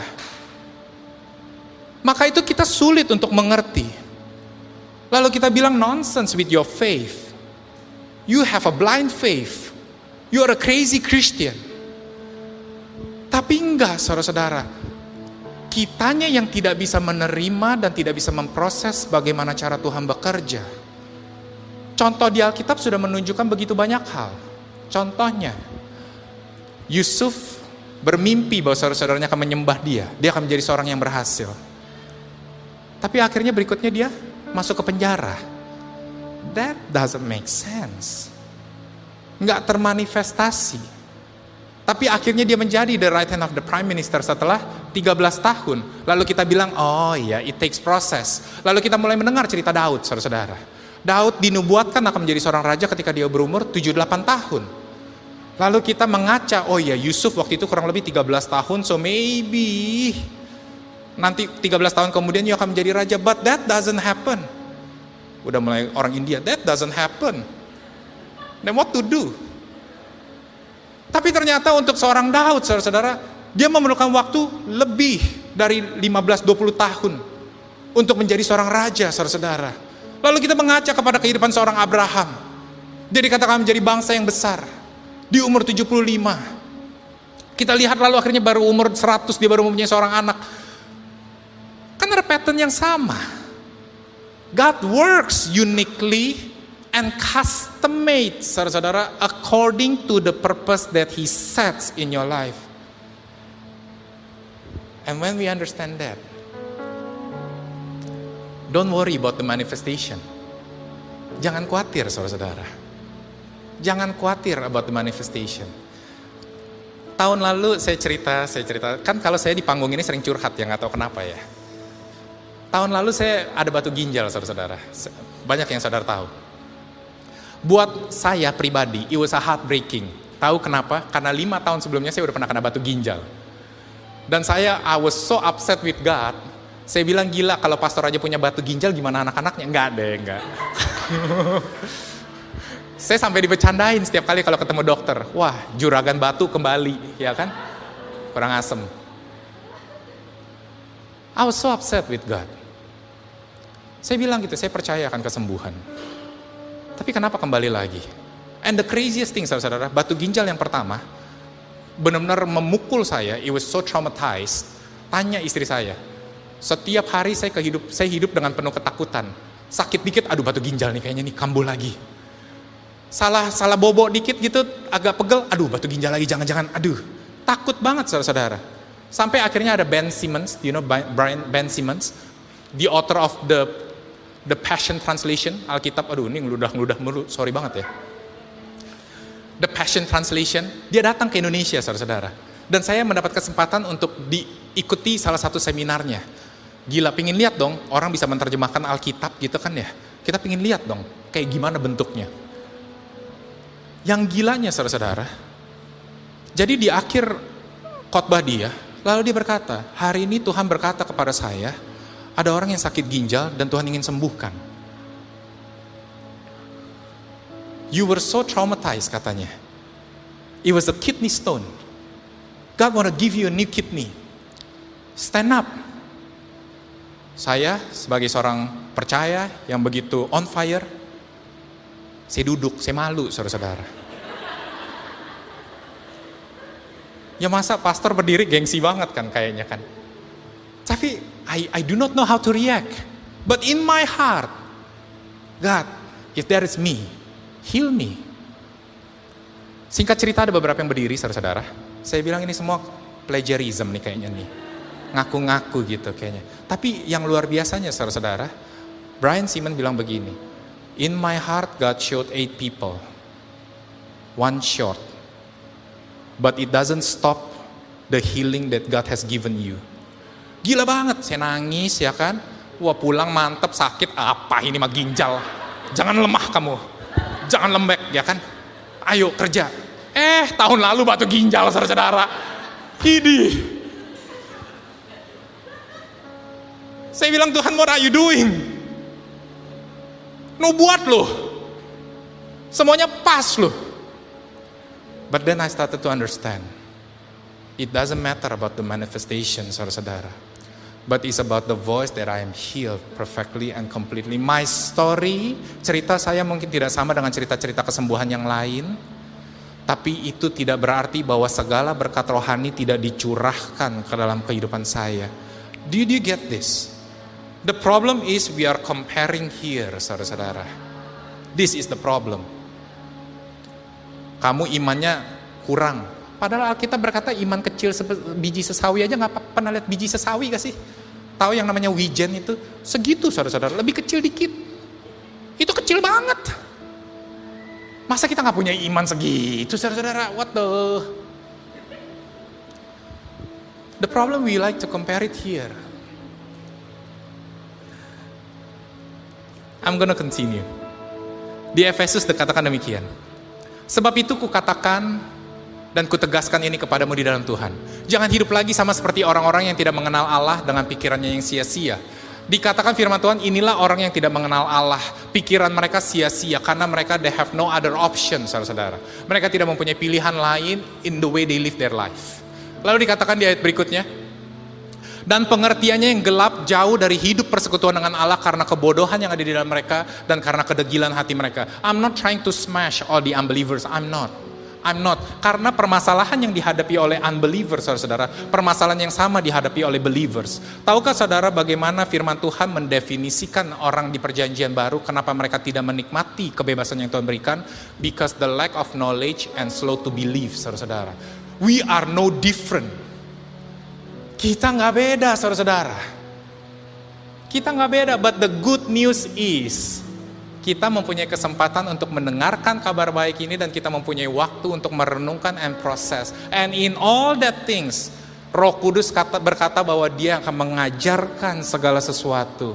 Maka itu kita sulit untuk mengerti. Lalu kita bilang nonsense with your faith. You have a blind faith. You are a crazy Christian. Tapi enggak, saudara-saudara. Kitanya yang tidak bisa menerima dan tidak bisa memproses bagaimana cara Tuhan bekerja. Contoh di Alkitab sudah menunjukkan begitu banyak hal. Contohnya, Yusuf bermimpi bahwa saudara-saudaranya akan menyembah dia. Dia akan menjadi seorang yang berhasil. Tapi akhirnya berikutnya dia masuk ke penjara. That doesn't make sense. Nggak termanifestasi. Tapi akhirnya dia menjadi the right hand of the prime minister setelah 13 tahun. Lalu kita bilang, oh iya, it takes process. Lalu kita mulai mendengar cerita Daud, saudara-saudara. Daud dinubuatkan akan menjadi seorang raja ketika dia berumur 7-8 tahun. Lalu kita mengaca, oh iya, Yusuf waktu itu kurang lebih 13 tahun, so maybe nanti 13 tahun kemudian dia akan menjadi raja. But that doesn't happen. Udah mulai orang India, that doesn't happen. Then what to do? Tapi ternyata untuk seorang Daud, saudara-saudara, dia memerlukan waktu lebih dari 15-20 tahun untuk menjadi seorang raja, saudara-saudara. Lalu kita mengaca kepada kehidupan seorang Abraham. Dia dikatakan menjadi bangsa yang besar di umur 75. Kita lihat lalu akhirnya baru umur 100 dia baru mempunyai seorang anak. Kan ada pattern yang sama. God works uniquely and custom made, saudara-saudara, according to the purpose that He sets in your life. And when we understand that, Don't worry about the manifestation. Jangan khawatir saudara-saudara. Jangan khawatir about the manifestation. Tahun lalu saya cerita, kan kalau saya di panggung ini sering curhat ya, nggak tahu kenapa ya. Tahun lalu saya ada batu ginjal saudara-saudara. Banyak yang saudara tahu. Buat saya pribadi, it was a heartbreaking. Tahu kenapa? Karena 5 tahun sebelumnya saya udah pernah kena batu ginjal. Dan I was so upset with God. Saya bilang, gila kalau pastor aja punya batu ginjal gimana anak-anaknya? Enggak. Saya sampai dibecandain setiap kali kalau ketemu dokter. Wah, juragan batu kembali, ya kan? Kurang asem. I was so upset with God. Saya bilang gitu, saya percaya akan kesembuhan. Tapi kenapa kembali lagi? And the craziest thing, saudara-saudara, batu ginjal yang pertama, benar-benar memukul saya, it was so traumatized. Tanya istri saya, setiap hari saya hidup dengan penuh ketakutan. Sakit dikit, aduh batu ginjal nih kayaknya nih kambuh lagi. Salah bobok dikit gitu, agak pegel, aduh batu ginjal lagi, jangan-jangan, aduh. Takut banget saudara-saudara. Sampai akhirnya ada Ben Simmons, you know Ben Simmons, the author of the Passion Translation, Alkitab, aduh ini ngeludah mulu, sorry banget ya. The Passion Translation, dia datang ke Indonesia saudara-saudara. Dan saya mendapat kesempatan untuk diikuti salah satu seminarnya. Gila, pingin lihat dong, orang bisa menerjemahkan Alkitab gitu kan ya. Kita pingin lihat dong, kayak gimana bentuknya. Yang gilanya saudara-saudara, jadi di akhir khotbah dia, lalu dia berkata, hari ini Tuhan berkata kepada saya, ada orang yang sakit ginjal dan Tuhan ingin sembuhkan. You were so traumatized katanya. It was a kidney stone. God want to give you a new kidney. Stand up. Saya sebagai seorang percaya yang begitu on fire, saya duduk, saya malu saudara-saudara. Ya masa pastor berdiri gengsi banget kan kayaknya kan. Tapi I do not know how to react. But in my heart, God, if there is me, heal me. Singkat cerita ada beberapa yang berdiri saudara-saudara. Saya bilang ini semua plagiarism nih kayaknya nih. Ngaku-ngaku gitu kayaknya. Tapi yang luar biasanya saudara-saudara, Brian Simmons bilang begini. In my heart God showed 8 people. One short. But it doesn't stop the healing that God has given you. Gila banget, saya nangis ya kan. Wah pulang mantep, sakit, apa ini mah ginjal. Jangan lemah kamu, jangan lembek ya kan. Ayo kerja. Tahun lalu batu ginjal saudara-saudara. Hidi. Saya bilang Tuhan, what are you doing? Buat loh. Semuanya pas loh. But then I started to understand. It doesn't matter about the manifestation, saudara-saudara. But it's about the voice that I am healed perfectly and completely. My story, cerita saya mungkin tidak sama dengan cerita-cerita kesembuhan yang lain. Tapi itu tidak berarti bahwa segala berkat rohani tidak dicurahkan ke dalam kehidupan saya. Did you get this? The problem is we are comparing here, saudara-saudara. This is the problem. Kamu imannya kurang. Padahal Alkitab berkata iman kecil biji sesawi aja. Gak pernah lihat biji sesawi gak sih? Tahu yang namanya wijen itu? Segitu saudara-saudara, lebih kecil dikit. Itu kecil banget. Masa kita gak punya iman segitu saudara-saudara? What the problem, we like to compare it here. I'm gonna continue. Di Efesus dikatakan demikian. Sebab itu kukatakan dan kutegaskan ini kepadamu di dalam Tuhan. Jangan hidup lagi sama seperti orang-orang yang tidak mengenal Allah dengan pikirannya yang sia-sia. Dikatakan firman Tuhan, inilah orang yang tidak mengenal Allah. Pikiran mereka sia-sia karena mereka they have no other option, saudara-saudara. Mereka tidak mempunyai pilihan lain in the way they live their life. Lalu dikatakan di ayat berikutnya, dan pengertiannya yang gelap jauh dari hidup persekutuan dengan Allah karena kebodohan yang ada di dalam mereka dan karena kedegilan hati mereka. I'm not trying to smash all the unbelievers. I'm not. Karena permasalahan yang dihadapi oleh unbelievers, saudara-saudara, permasalahan yang sama dihadapi oleh believers. Tahukah saudara bagaimana firman Tuhan mendefinisikan orang di perjanjian baru, kenapa mereka tidak menikmati kebebasan yang Tuhan berikan? Because the lack of knowledge and slow to believe, saudara-saudara. We are no different. Kita nggak beda, saudara-saudara. Kita nggak beda, but the good news is kita mempunyai kesempatan untuk mendengarkan kabar baik ini dan kita mempunyai waktu untuk merenungkan and process. And in all that things, Roh Kudus berkata bahwa Dia akan mengajarkan segala sesuatu.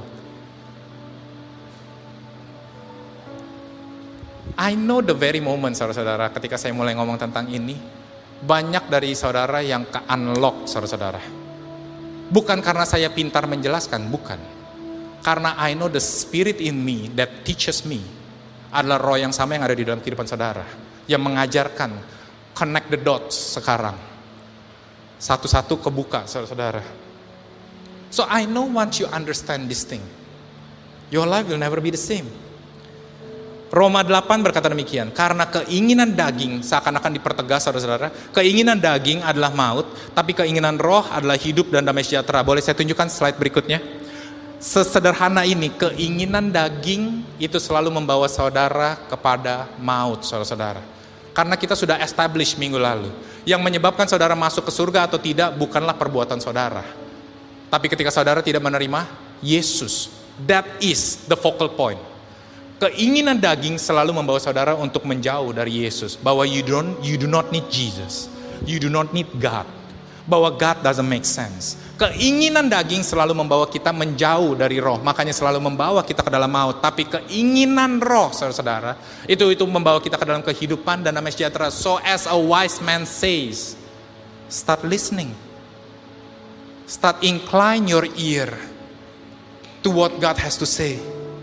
I know the very moment, saudara-saudara, ketika saya mulai ngomong tentang ini, banyak dari saudara yang ke-unlock, saudara-saudara. Bukan karena saya pintar menjelaskan, bukan. Karena I know the spirit in me that teaches me adalah roh yang sama yang ada di dalam kehidupan saudara. Yang mengajarkan, connect the dots sekarang. Satu-satu kebuka, saudara-saudara. So I know once you understand this thing, your life will never be the same. Roma 8 berkata demikian, karena keinginan daging seakan-akan dipertegas, saudara-saudara. Keinginan daging adalah maut, tapi keinginan roh adalah hidup dan damai sejahtera. Boleh saya tunjukkan slide berikutnya? Sesederhana ini, keinginan daging itu selalu membawa saudara kepada maut, saudara-saudara. Karena kita sudah establish minggu lalu, yang menyebabkan saudara masuk ke surga atau tidak bukanlah perbuatan saudara. Tapi ketika saudara tidak menerima Yesus, that is the focal point. Keinginan daging selalu membawa saudara untuk menjauh dari Yesus. Bahwa you do not need Jesus. You do not need God. Bahwa God doesn't make sense. Keinginan daging selalu membawa kita menjauh dari roh. Makanya selalu membawa kita ke dalam maut. Tapi keinginan roh, saudara-saudara, itu membawa kita ke dalam kehidupan dan damai sejahtera. So as a wise man says, start listening. Start incline your ear to what God has to say.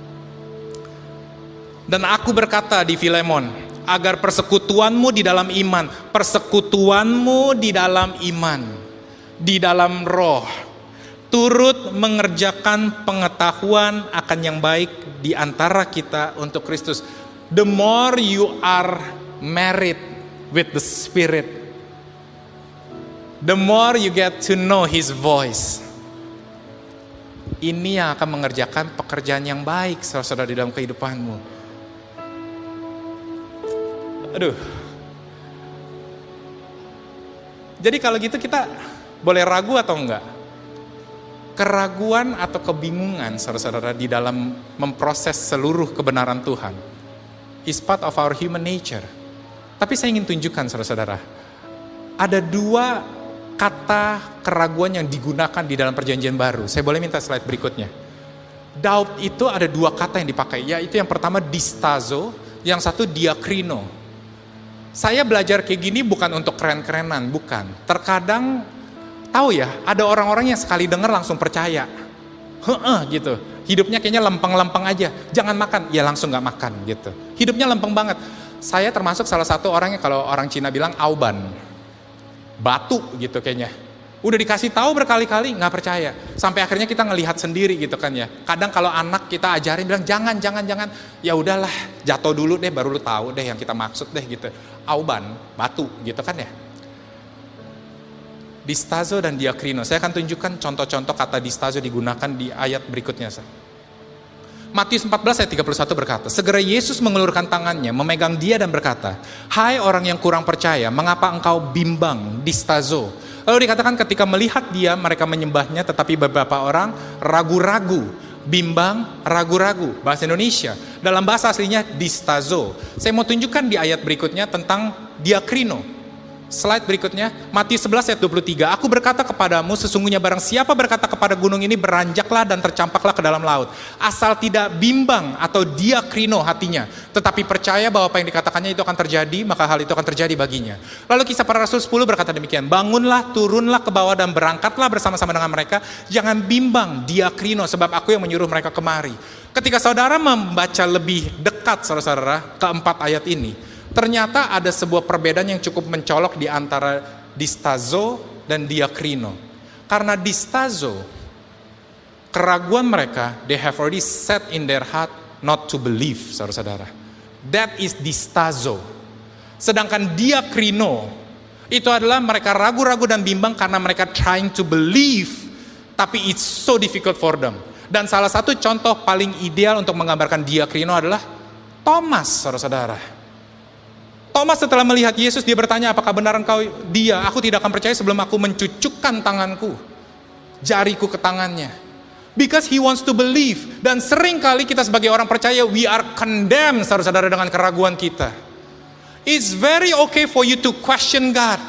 Dan aku berkata di Filemon, agar persekutuanmu di dalam iman, persekutuanmu di dalam iman, di dalam roh, turut mengerjakan pengetahuan akan yang baik di antara kita untuk Kristus. The more you are married with the Spirit, the more you get to know His voice. Ini yang akan mengerjakan pekerjaan yang baik, saudara-saudara, di dalam kehidupanmu. Aduh. Jadi kalau gitu kita boleh ragu atau enggak? Keraguan atau kebingungan, saudara-saudara, di dalam memproses seluruh kebenaran Tuhan is part of our human nature. Tapi saya ingin tunjukkan, saudara-saudara, ada dua kata keraguan yang digunakan di dalam perjanjian baru. Saya boleh minta slide berikutnya. Daud itu ada dua kata yang dipakai, yaitu yang pertama distazo, yang satu diakrino. Saya belajar kayak gini bukan untuk keren-kerenan, bukan. Terkadang, tahu ya, ada orang-orang yang sekali dengar langsung percaya. Gitu. Hidupnya kayaknya lempeng-lempeng aja. Jangan makan, ya langsung gak makan gitu. Hidupnya lempeng banget. Saya termasuk salah satu orang yang kalau orang Cina bilang auban. Batu gitu kayaknya. Udah dikasih tahu berkali-kali nggak percaya. Sampai akhirnya kita ngelihat sendiri gitu kan ya. Kadang kalau anak kita ajarin bilang jangan. Ya udahlah, jatuh dulu deh baru lu tahu deh yang kita maksud deh gitu. Auban, batu gitu kan ya. Distazo dan diakrino. Saya akan tunjukkan contoh-contoh kata distazo digunakan di ayat berikutnya. Matius 14 ayat 31 berkata, segera Yesus mengulurkan tangannya, memegang dia dan berkata, hai orang yang kurang percaya, mengapa engkau bimbang, distazo? Lalu dikatakan ketika melihat dia, mereka menyembahnya, tetapi beberapa orang ragu-ragu, bimbang, ragu-ragu. Bahasa Indonesia, dalam bahasa aslinya distazo. Saya mau tunjukkan di ayat berikutnya tentang diakrino. Slide berikutnya, Matius 11 ayat 23. Aku berkata kepadamu, sesungguhnya barang siapa berkata kepada gunung ini, beranjaklah dan tercampaklah ke dalam laut. Asal tidak bimbang atau diakrino hatinya, tetapi percaya bahwa apa yang dikatakannya itu akan terjadi, maka hal itu akan terjadi baginya. Lalu Kisah Para Rasul 10 berkata demikian, bangunlah, turunlah ke bawah dan berangkatlah bersama-sama dengan mereka. Jangan bimbang, diakrino, sebab aku yang menyuruh mereka kemari. Ketika saudara membaca lebih dekat, saudara-saudara, keempat ayat ini, ternyata ada sebuah perbedaan yang cukup mencolok di antara distazo dan diakrino. Karena distazo, keraguan mereka, they have already set in their heart not to believe, saudara-saudara. That is distazo. Sedangkan diakrino, itu adalah mereka ragu-ragu dan bimbang karena mereka trying to believe, tapi it's so difficult for them. Dan salah satu contoh paling ideal untuk menggambarkan diakrino adalah Thomas, saudara-saudara. Thomas setelah melihat Yesus, dia bertanya, apakah benar engkau dia? Aku tidak akan percaya sebelum aku mencucukkan tanganku, jariku ke tangannya. Because he wants to believe. Dan sering kali kita sebagai orang percaya, we are condemned, saudara-saudara, dengan keraguan kita. It's very okay for you to question God.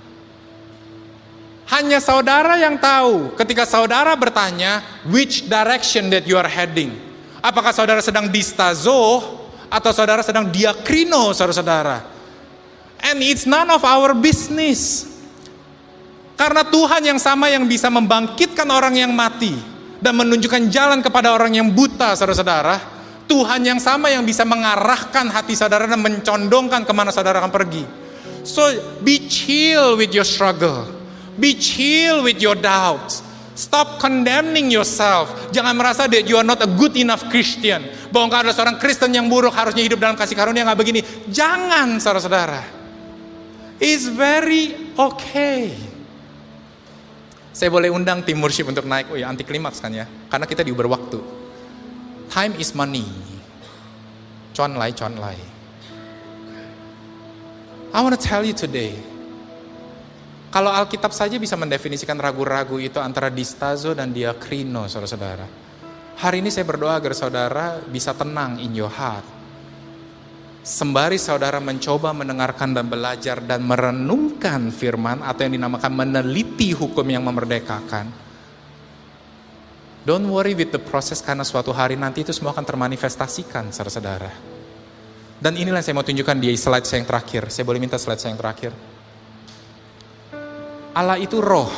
Hanya saudara yang tahu ketika saudara bertanya, which direction that you are heading. Apakah saudara sedang distazo, atau saudara sedang diakrino, saudara-saudara. And it's none of our business. Karena Tuhan yang sama yang bisa membangkitkan orang yang mati dan menunjukkan jalan kepada orang yang buta, saudara-saudara. Tuhan yang sama yang bisa mengarahkan hati saudara dan mencondongkan kemana saudara akan pergi. So be chill with your struggle. Be chill with your doubts. Stop condemning yourself. Jangan merasa that you are not a good enough Christian. Bahwa engkau adalah seorang Kristen yang buruk, harusnya hidup dalam kasih karunia, nggak begini. Jangan, saudara-saudara. It's very okay. Saya boleh undang tim worship untuk naik, anti klimaks kan ya, karena kita diuber waktu. Time is money. Conlai. I want to tell you today, kalau Alkitab saja bisa mendefinisikan ragu-ragu itu antara distazo dan diakrino, saudara-saudara. Hari ini saya berdoa agar saudara bisa tenang in your heart. Sembari saudara mencoba mendengarkan dan belajar dan merenungkan firman atau yang dinamakan meneliti hukum yang memerdekakan. Don't worry with the process, karena suatu hari nanti itu semua akan termanifestasikan, saudara-saudara. Dan inilah yang saya mau tunjukkan di slide saya yang terakhir. Saya boleh minta slide saya yang terakhir? Allah itu roh.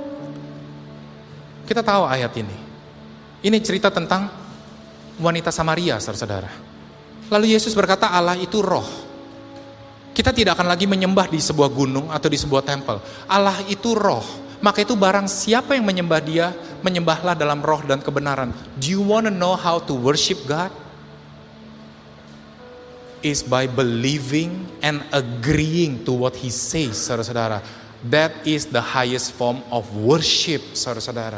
Kita tahu ayat ini. Ini cerita tentang wanita Samaria, saudara-saudara. Lalu Yesus berkata Allah itu roh. Kita tidak akan lagi menyembah di sebuah gunung atau di sebuah tempel. Allah itu roh. Maka itu barang siapa yang menyembah dia, menyembahlah dalam roh dan kebenaran. Do you want to know how to worship God? Is by believing and agreeing to what He says, saudara-saudara. That is the highest form of worship, saudara-saudara.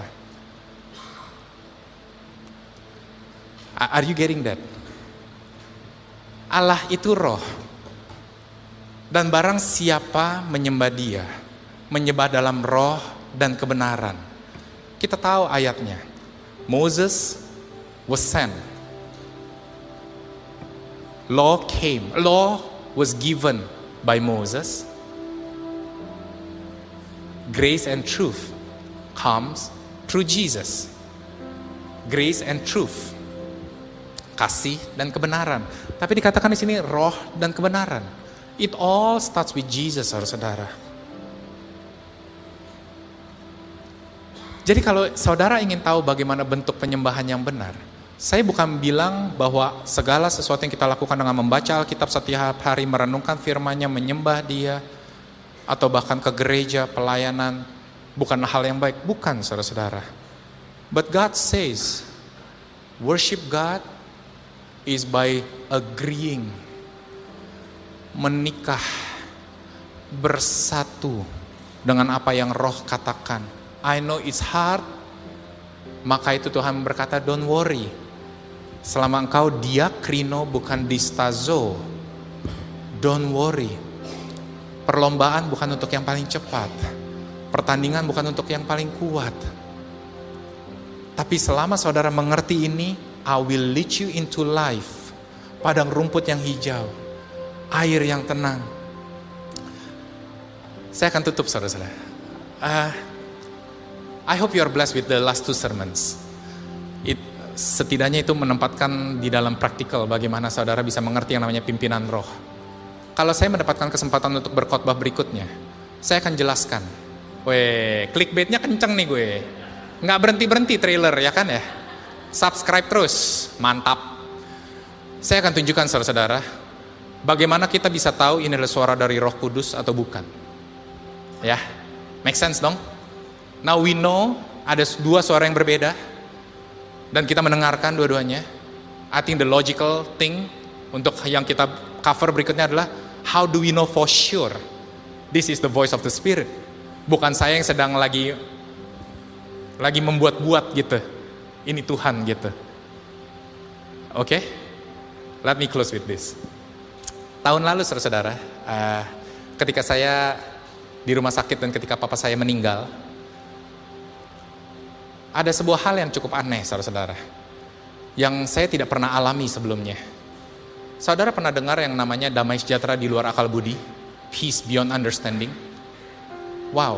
Are you getting that? Allah itu roh. Dan barang siapa menyembah dia, menyembah dalam roh dan kebenaran. Kita tahu ayatnya. Moses was sent. Law came. Law was given by Moses. Grace and truth comes through Jesus. Grace and truth. Kasih dan kebenaran. Tapi dikatakan di sini roh dan kebenaran. It all starts with Jesus, saudara-saudara. Jadi kalau saudara ingin tahu bagaimana bentuk penyembahan yang benar, saya bukan bilang bahwa segala sesuatu yang kita lakukan dengan membaca Alkitab setiap hari, merenungkan firman-Nya, menyembah Dia, atau bahkan ke gereja, pelayanan, bukanlah hal yang baik. Bukan, saudara-saudara. But God says, worship God is by agreeing, menikah, bersatu dengan apa yang roh katakan. I know it's hard, maka itu Tuhan berkata, don't worry. Selama engkau diakrino bukan distazo, don't worry. Perlombaan bukan untuk yang paling cepat, pertandingan bukan untuk yang paling kuat. Tapi selama saudara mengerti ini, I will lead you into life. Padang rumput yang hijau, air yang tenang. Saya akan tutup, saudara-saudara. I hope you are blessed with the last two sermons. Setidaknya itu menempatkan di dalam praktikal bagaimana saudara bisa mengerti yang namanya pimpinan roh. Kalau saya mendapatkan kesempatan untuk berkhotbah berikutnya, saya akan jelaskan. Clickbaitnya kenceng nih gue. Nggak berhenti-berhenti trailer, ya kan ya? Subscribe terus, mantap. Saya akan tunjukkan, saudara-saudara, bagaimana kita bisa tahu ini adalah suara dari Roh Kudus atau bukan. Ya, make sense dong? Now we know ada dua suara yang berbeda, dan kita mendengarkan dua-duanya. I think the logical thing untuk yang kita cover berikutnya adalah, how do we know for sure this is the voice of the Spirit? Bukan saya yang sedang lagi membuat-buat gitu. Ini Tuhan gitu. Oke? Let me close with this. Tahun lalu, saudara-saudara, ketika saya di rumah sakit dan ketika papa saya meninggal, ada sebuah hal yang cukup aneh, saudara-saudara, yang saya tidak pernah alami sebelumnya. Saudara pernah dengar yang namanya damai sejahtera di luar akal budi? Peace beyond understanding? Wow.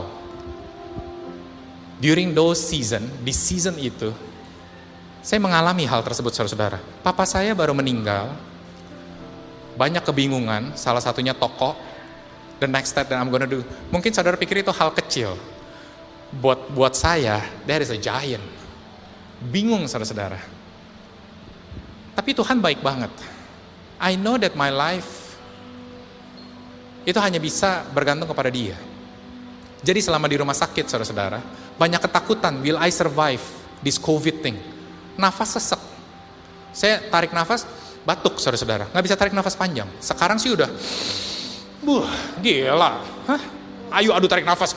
During those season, di season itu, saya mengalami hal tersebut, saudara-saudara. Papa saya baru meninggal, banyak kebingungan, salah satunya toko, the next step that I'm gonna do. Mungkin saudara pikir itu hal kecil. Buat saya, that is a giant. Bingung, saudara-saudara. Tapi Tuhan baik banget. I know that my life itu hanya bisa bergantung kepada Dia. Jadi selama di rumah sakit, saudara-saudara, banyak ketakutan, will I survive this COVID thing? Nafas sesek. Saya tarik nafas, batuk, saudara-saudara. Nggak bisa tarik nafas panjang. Sekarang sih udah, gila. Hah? Ayo adu tarik nafas.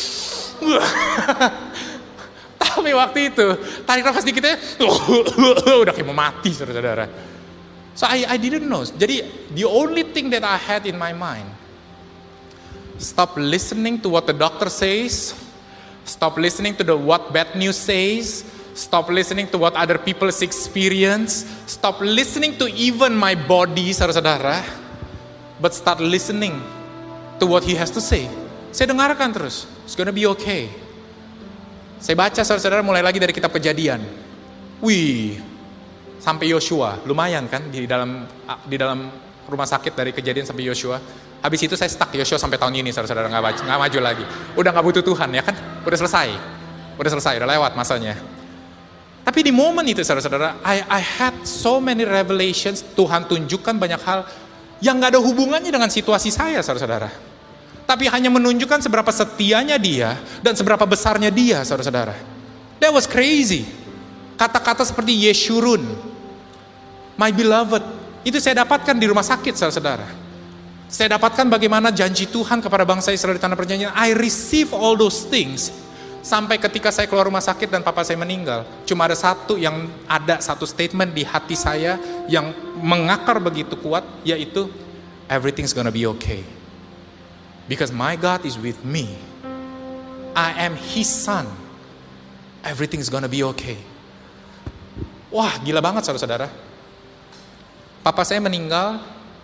Tapi waktu itu, tarik nafas dikit ya, udah kayak mau mati, saudara-saudara. So I didn't know. Jadi the only thing that I had in my mind, stop listening to what the doctor says, stop listening to what bad news says, stop listening to what other people's experience, stop listening to even my body, saudara-saudara, but start listening to what he has to say. Saya dengarkan terus, it's gonna be okay. Saya baca, saudara-saudara, mulai lagi dari kitab Kejadian. Wih, sampai Yosua, lumayan kan di dalam rumah sakit dari Kejadian sampai Yosua. Habis itu saya stuck Yosua sampai tahun ini, saudara-saudara, nggak maju lagi. Udah nggak butuh Tuhan ya kan? Udah selesai, udah lewat masanya. Tapi di momen itu, saudara-saudara, I had so many revelations. Tuhan tunjukkan banyak hal yang nggak ada hubungannya dengan situasi saya, saudara-saudara. Tapi hanya menunjukkan seberapa setianya Dia dan seberapa besarnya Dia, saudara-saudara. That was crazy. Kata-kata seperti Yeshurun, my beloved, itu saya dapatkan di rumah sakit, saudara-saudara. Saya dapatkan bagaimana janji Tuhan kepada bangsa Israel di tanah perjanjian. I receive all those things. Sampai ketika saya keluar rumah sakit dan papa saya meninggal, cuma ada satu statement di hati saya yang mengakar begitu kuat, yaitu everything's gonna be okay. Because my God is with me. I am His son. Everything's gonna be okay. Wah, gila banget, saudara-saudara. Papa saya meninggal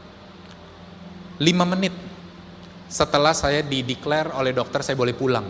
5 menit setelah saya dideklar oleh dokter saya boleh pulang.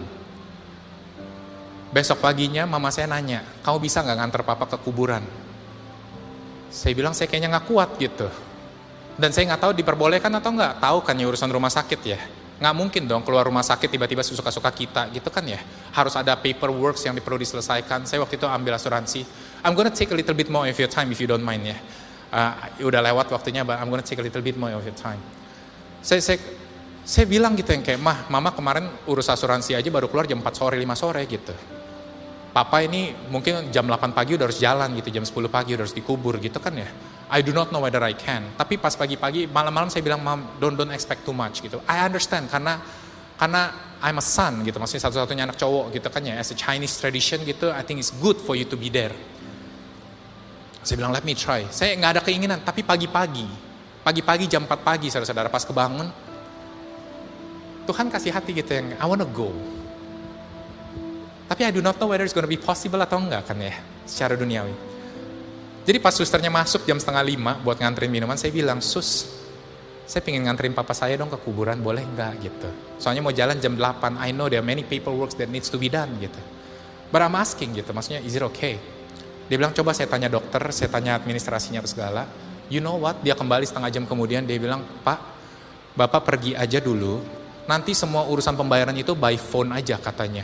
Besok paginya mama saya nanya, kamu bisa gak nganter papa ke kuburan? Saya bilang saya kayaknya gak kuat gitu. Dan saya gak tahu diperbolehkan atau gak. Tahu kan ya urusan rumah sakit ya. Gak mungkin dong keluar rumah sakit tiba-tiba suka-suka kita gitu kan ya. Harus ada paperwork yang perlu diselesaikan. Saya waktu itu ambil asuransi. I'm gonna take a little bit more of your time if you don't mind ya. Udah lewat waktunya, but I'm gonna take a little bit more of your time. Saya bilang gitu yang kayak, mama kemarin urus asuransi aja baru keluar jam 4 sore, 5 sore gitu. Papa ini mungkin jam 8 pagi udah harus jalan gitu, jam 10 pagi udah harus dikubur gitu kan ya. I do not know whether I can. Tapi pas pagi-pagi, malam-malam saya bilang, Mom, don't expect too much gitu. I understand, karena I'm a son gitu, maksudnya satu-satunya anak cowok gitu kan ya. As a Chinese tradition gitu, I think it's good for you to be there. Saya bilang, let me try. Saya nggak ada keinginan, tapi pagi-pagi jam 4 pagi, saudara-saudara, pas kebangun, Tuhan kasih hati gitu yang, I wanna go. Tapi I do not know whether it's gonna be possible atau enggak kan ya, secara duniawi. Jadi pas susternya masuk jam 4:30 buat nganterin minuman, saya bilang, Sus, saya pengen nganterin papa saya dong ke kuburan, boleh enggak gitu. Soalnya mau jalan jam 8, I know there are many paperwork that needs to be done gitu. But I'm asking gitu, maksudnya is it okay? Dia bilang, coba saya tanya dokter, saya tanya administrasinya segala. You know what, dia kembali setengah jam kemudian, dia bilang, Pak, Bapak pergi aja dulu, nanti semua urusan pembayaran itu by phone aja katanya.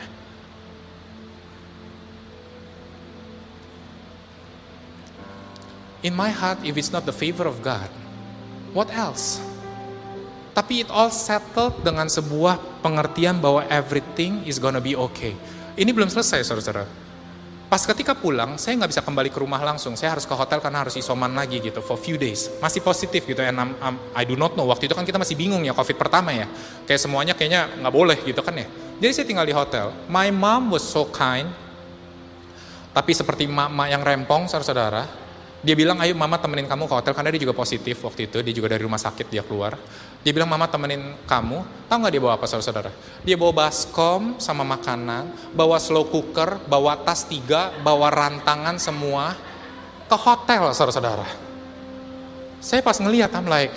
In my heart, if it's not the favor of God, what else? Tapi it all settled dengan sebuah pengertian bahwa everything is gonna be okay. Ini belum selesai, saudara-saudara. Pas ketika pulang, saya nggak bisa kembali ke rumah langsung. Saya harus ke hotel karena harus isoman lagi gitu for few days. Masih positif gitu. And I do not know. Waktu itu kan kita masih bingung ya, COVID pertama ya. Kayak semuanya kayaknya nggak boleh gitu kan ya. Jadi saya tinggal di hotel. My mom was so kind. Tapi seperti mak-mak yang rempong, saudara-saudara, Dia bilang, ayo mama temenin kamu ke hotel, karena dia juga positif waktu itu, dia juga dari rumah sakit dia keluar. Dia bilang, mama temenin kamu, tahu gak dia bawa apa saudara-saudara? Dia bawa baskom sama makanan, bawa slow cooker, bawa tas 3, bawa rantangan semua, ke hotel saudara-saudara. Saya pas ngeliat, I'm like,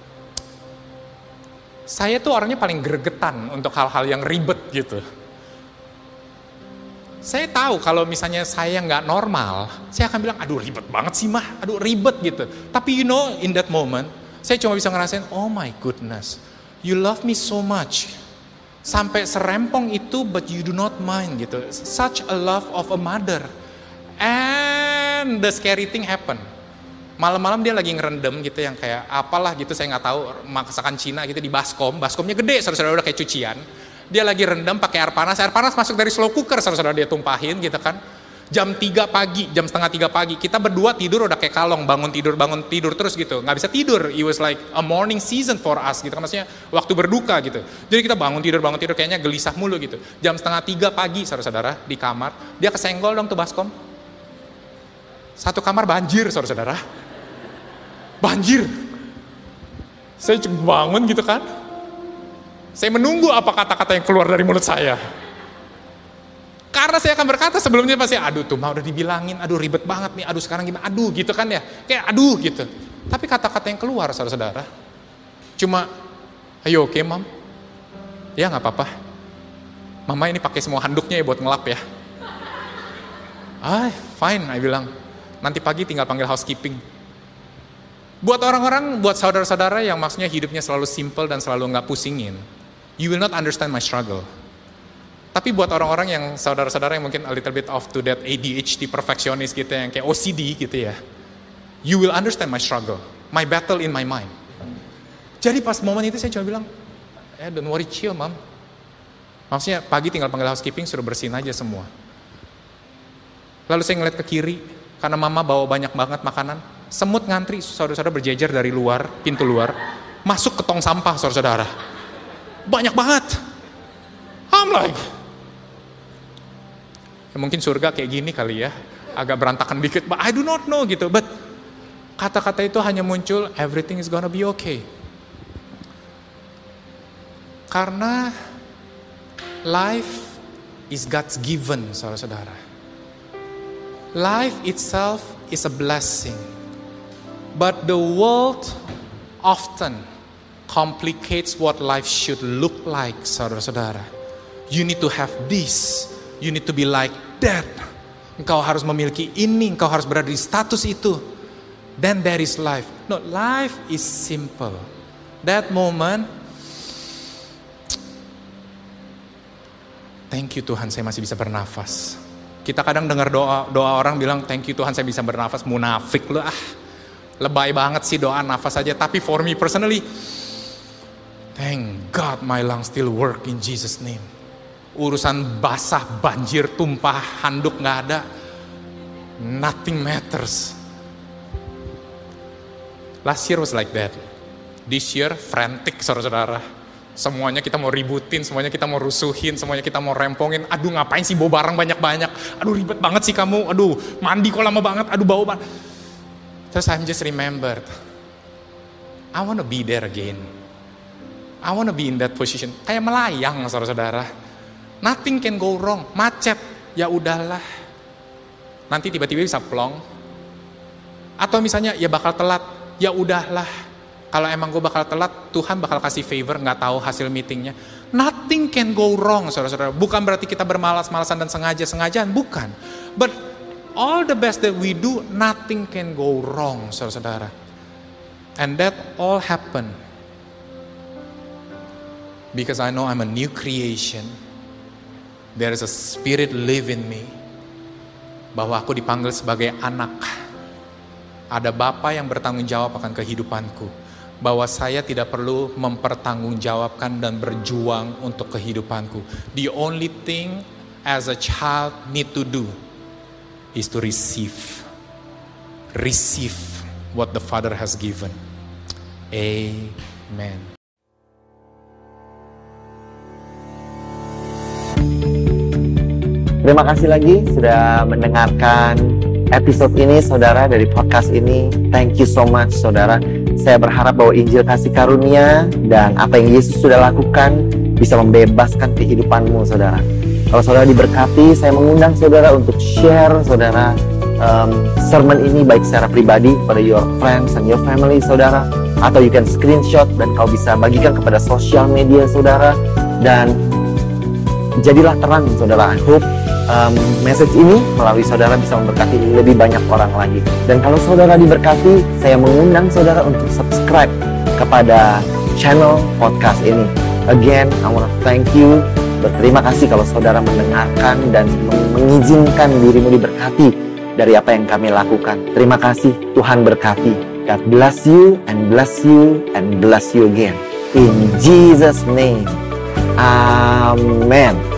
saya tuh orangnya paling gregetan untuk hal-hal yang ribet gitu. Saya tahu kalau misalnya saya nggak normal, saya akan bilang, aduh ribet banget sih mah, aduh ribet gitu. Tapi in that moment, saya cuma bisa ngerasain, oh my goodness, you love me so much. Sampai serempong itu, but you do not mind gitu. Such a love of a mother. And the scary thing happen. Malam-malam dia lagi ngerendam gitu yang kayak apalah gitu, saya nggak tahu, masakan Cina gitu di baskomnya gede, saudara-saudara udah kayak cucian. Dia lagi rendam pakai air panas masuk dari slow cooker, saudara-saudara dia tumpahin gitu kan. Jam 3 pagi, jam setengah 3 pagi, kita berdua tidur udah kayak kalong, bangun tidur terus gitu. Nggak bisa tidur, it was like a morning season for us gitu kan, maksudnya waktu berduka gitu. Jadi kita bangun tidur, kayaknya gelisah mulu gitu. Jam setengah 3 pagi, saudara-saudara, di kamar, dia kesenggol dong tuh baskom. Satu kamar banjir, saudara-saudara. Banjir. Saya cuma bangun gitu kan. Saya menunggu apa kata-kata yang keluar dari mulut saya. Karena saya akan berkata sebelumnya pasti, aduh tuh mah udah dibilangin, aduh ribet banget nih, aduh sekarang gimana, aduh gitu kan ya. Kayak aduh gitu. Tapi kata-kata yang keluar saudara-saudara, cuma, ayo oke mam. Ya gak apa-apa. Mama ini pakai semua handuknya ya buat ngelap ya. Fine, saya bilang. Nanti pagi tinggal panggil housekeeping. Buat orang-orang, buat saudara-saudara yang maksudnya hidupnya selalu simple dan selalu gak pusingin, you will not understand my struggle. Tapi buat orang-orang yang saudara-saudara yang mungkin a little bit off to that ADHD perfectionist gitu, yang kayak OCD gitu ya, you will understand my struggle, my battle in my mind. Jadi pas momen itu saya cuma bilang, don't worry, chill mam. Maksudnya pagi tinggal panggil housekeeping, suruh bersihin aja semua. Lalu saya ngeliat ke kiri, karena mama bawa banyak banget makanan, semut ngantri, saudara-saudara berjejer dari luar, pintu luar, masuk ke tong sampah, saudara-saudara. Banyak banget. I'm like, ya mungkin surga kayak gini kali ya, agak berantakan dikit, but I do not know gitu. But kata-kata itu hanya muncul, everything is gonna be okay. Karena life is God's given, saudara-saudara. Life itself is a blessing. But the world often complicates what life should look like, saudara-saudara. You need to have this, you need to be like that. Engkau harus memiliki ini, engkau harus berada di status itu. Then there is life. No, life is simple. That moment, thank you Tuhan, saya masih bisa bernafas. Kita kadang dengar doa orang bilang, thank you Tuhan saya bisa bernafas, munafik lu lebay banget sih doa nafas aja. Tapi for me personally, thank God my lungs still work in Jesus name. Urusan basah, banjir, tumpah, handuk gak ada, nothing matters. Last year was like that. This year frantic, saudara-saudara. Semuanya kita mau ributin, semuanya kita mau rusuhin, semuanya kita mau rempongin. Aduh ngapain sih bawa barang banyak-banyak. Aduh ribet banget sih kamu. Aduh mandi kok lama banget. Aduh bawa barang. Terus I'm just remembered, I want to be there again. I want to be in that position. Kayak melayang, saudara-saudara. Nothing can go wrong. Macet, ya udahlah. Nanti tiba-tiba bisa plong. Atau misalnya ya bakal telat, ya udahlah. Kalau emang gue bakal telat, Tuhan bakal kasih favor, nggak tahu hasil meetingnya. Nothing can go wrong, saudara-saudara. Bukan berarti kita bermalas-malasan dan sengaja-sengajaan, bukan. But all the best that we do, nothing can go wrong, saudara-saudara. And that all happen because I know I'm a new creation. There is a spirit live in me. Bahwa aku dipanggil sebagai anak. Ada Bapa yang bertanggung jawab akan kehidupanku. Bahwa saya tidak perlu mempertanggungjawabkan dan berjuang untuk kehidupanku. The only thing as a child need to do is to receive what the Father has given. Amen. Terima kasih lagi sudah mendengarkan episode ini saudara, dari podcast ini. Thank you so much saudara. Saya berharap bahwa Injil kasih karunia dan apa yang Yesus sudah lakukan bisa membebaskan kehidupanmu saudara. Kalau saudara diberkati, saya mengundang saudara untuk share saudara sermon ini baik secara pribadi pada your friends and your family saudara, atau you can screenshot dan kau bisa bagikan kepada sosial media saudara, dan jadilah terang saudara. I hope message ini melalui saudara bisa memberkati lebih banyak orang lagi. Dan kalau saudara diberkati, saya mengundang saudara untuk subscribe kepada channel podcast ini. Again, I want to thank you. Berterima kasih kalau saudara mendengarkan dan mengizinkan dirimu diberkati dari apa yang kami lakukan. Terima kasih, Tuhan berkati. God bless you and bless you and bless you again. In Jesus' name, Amen.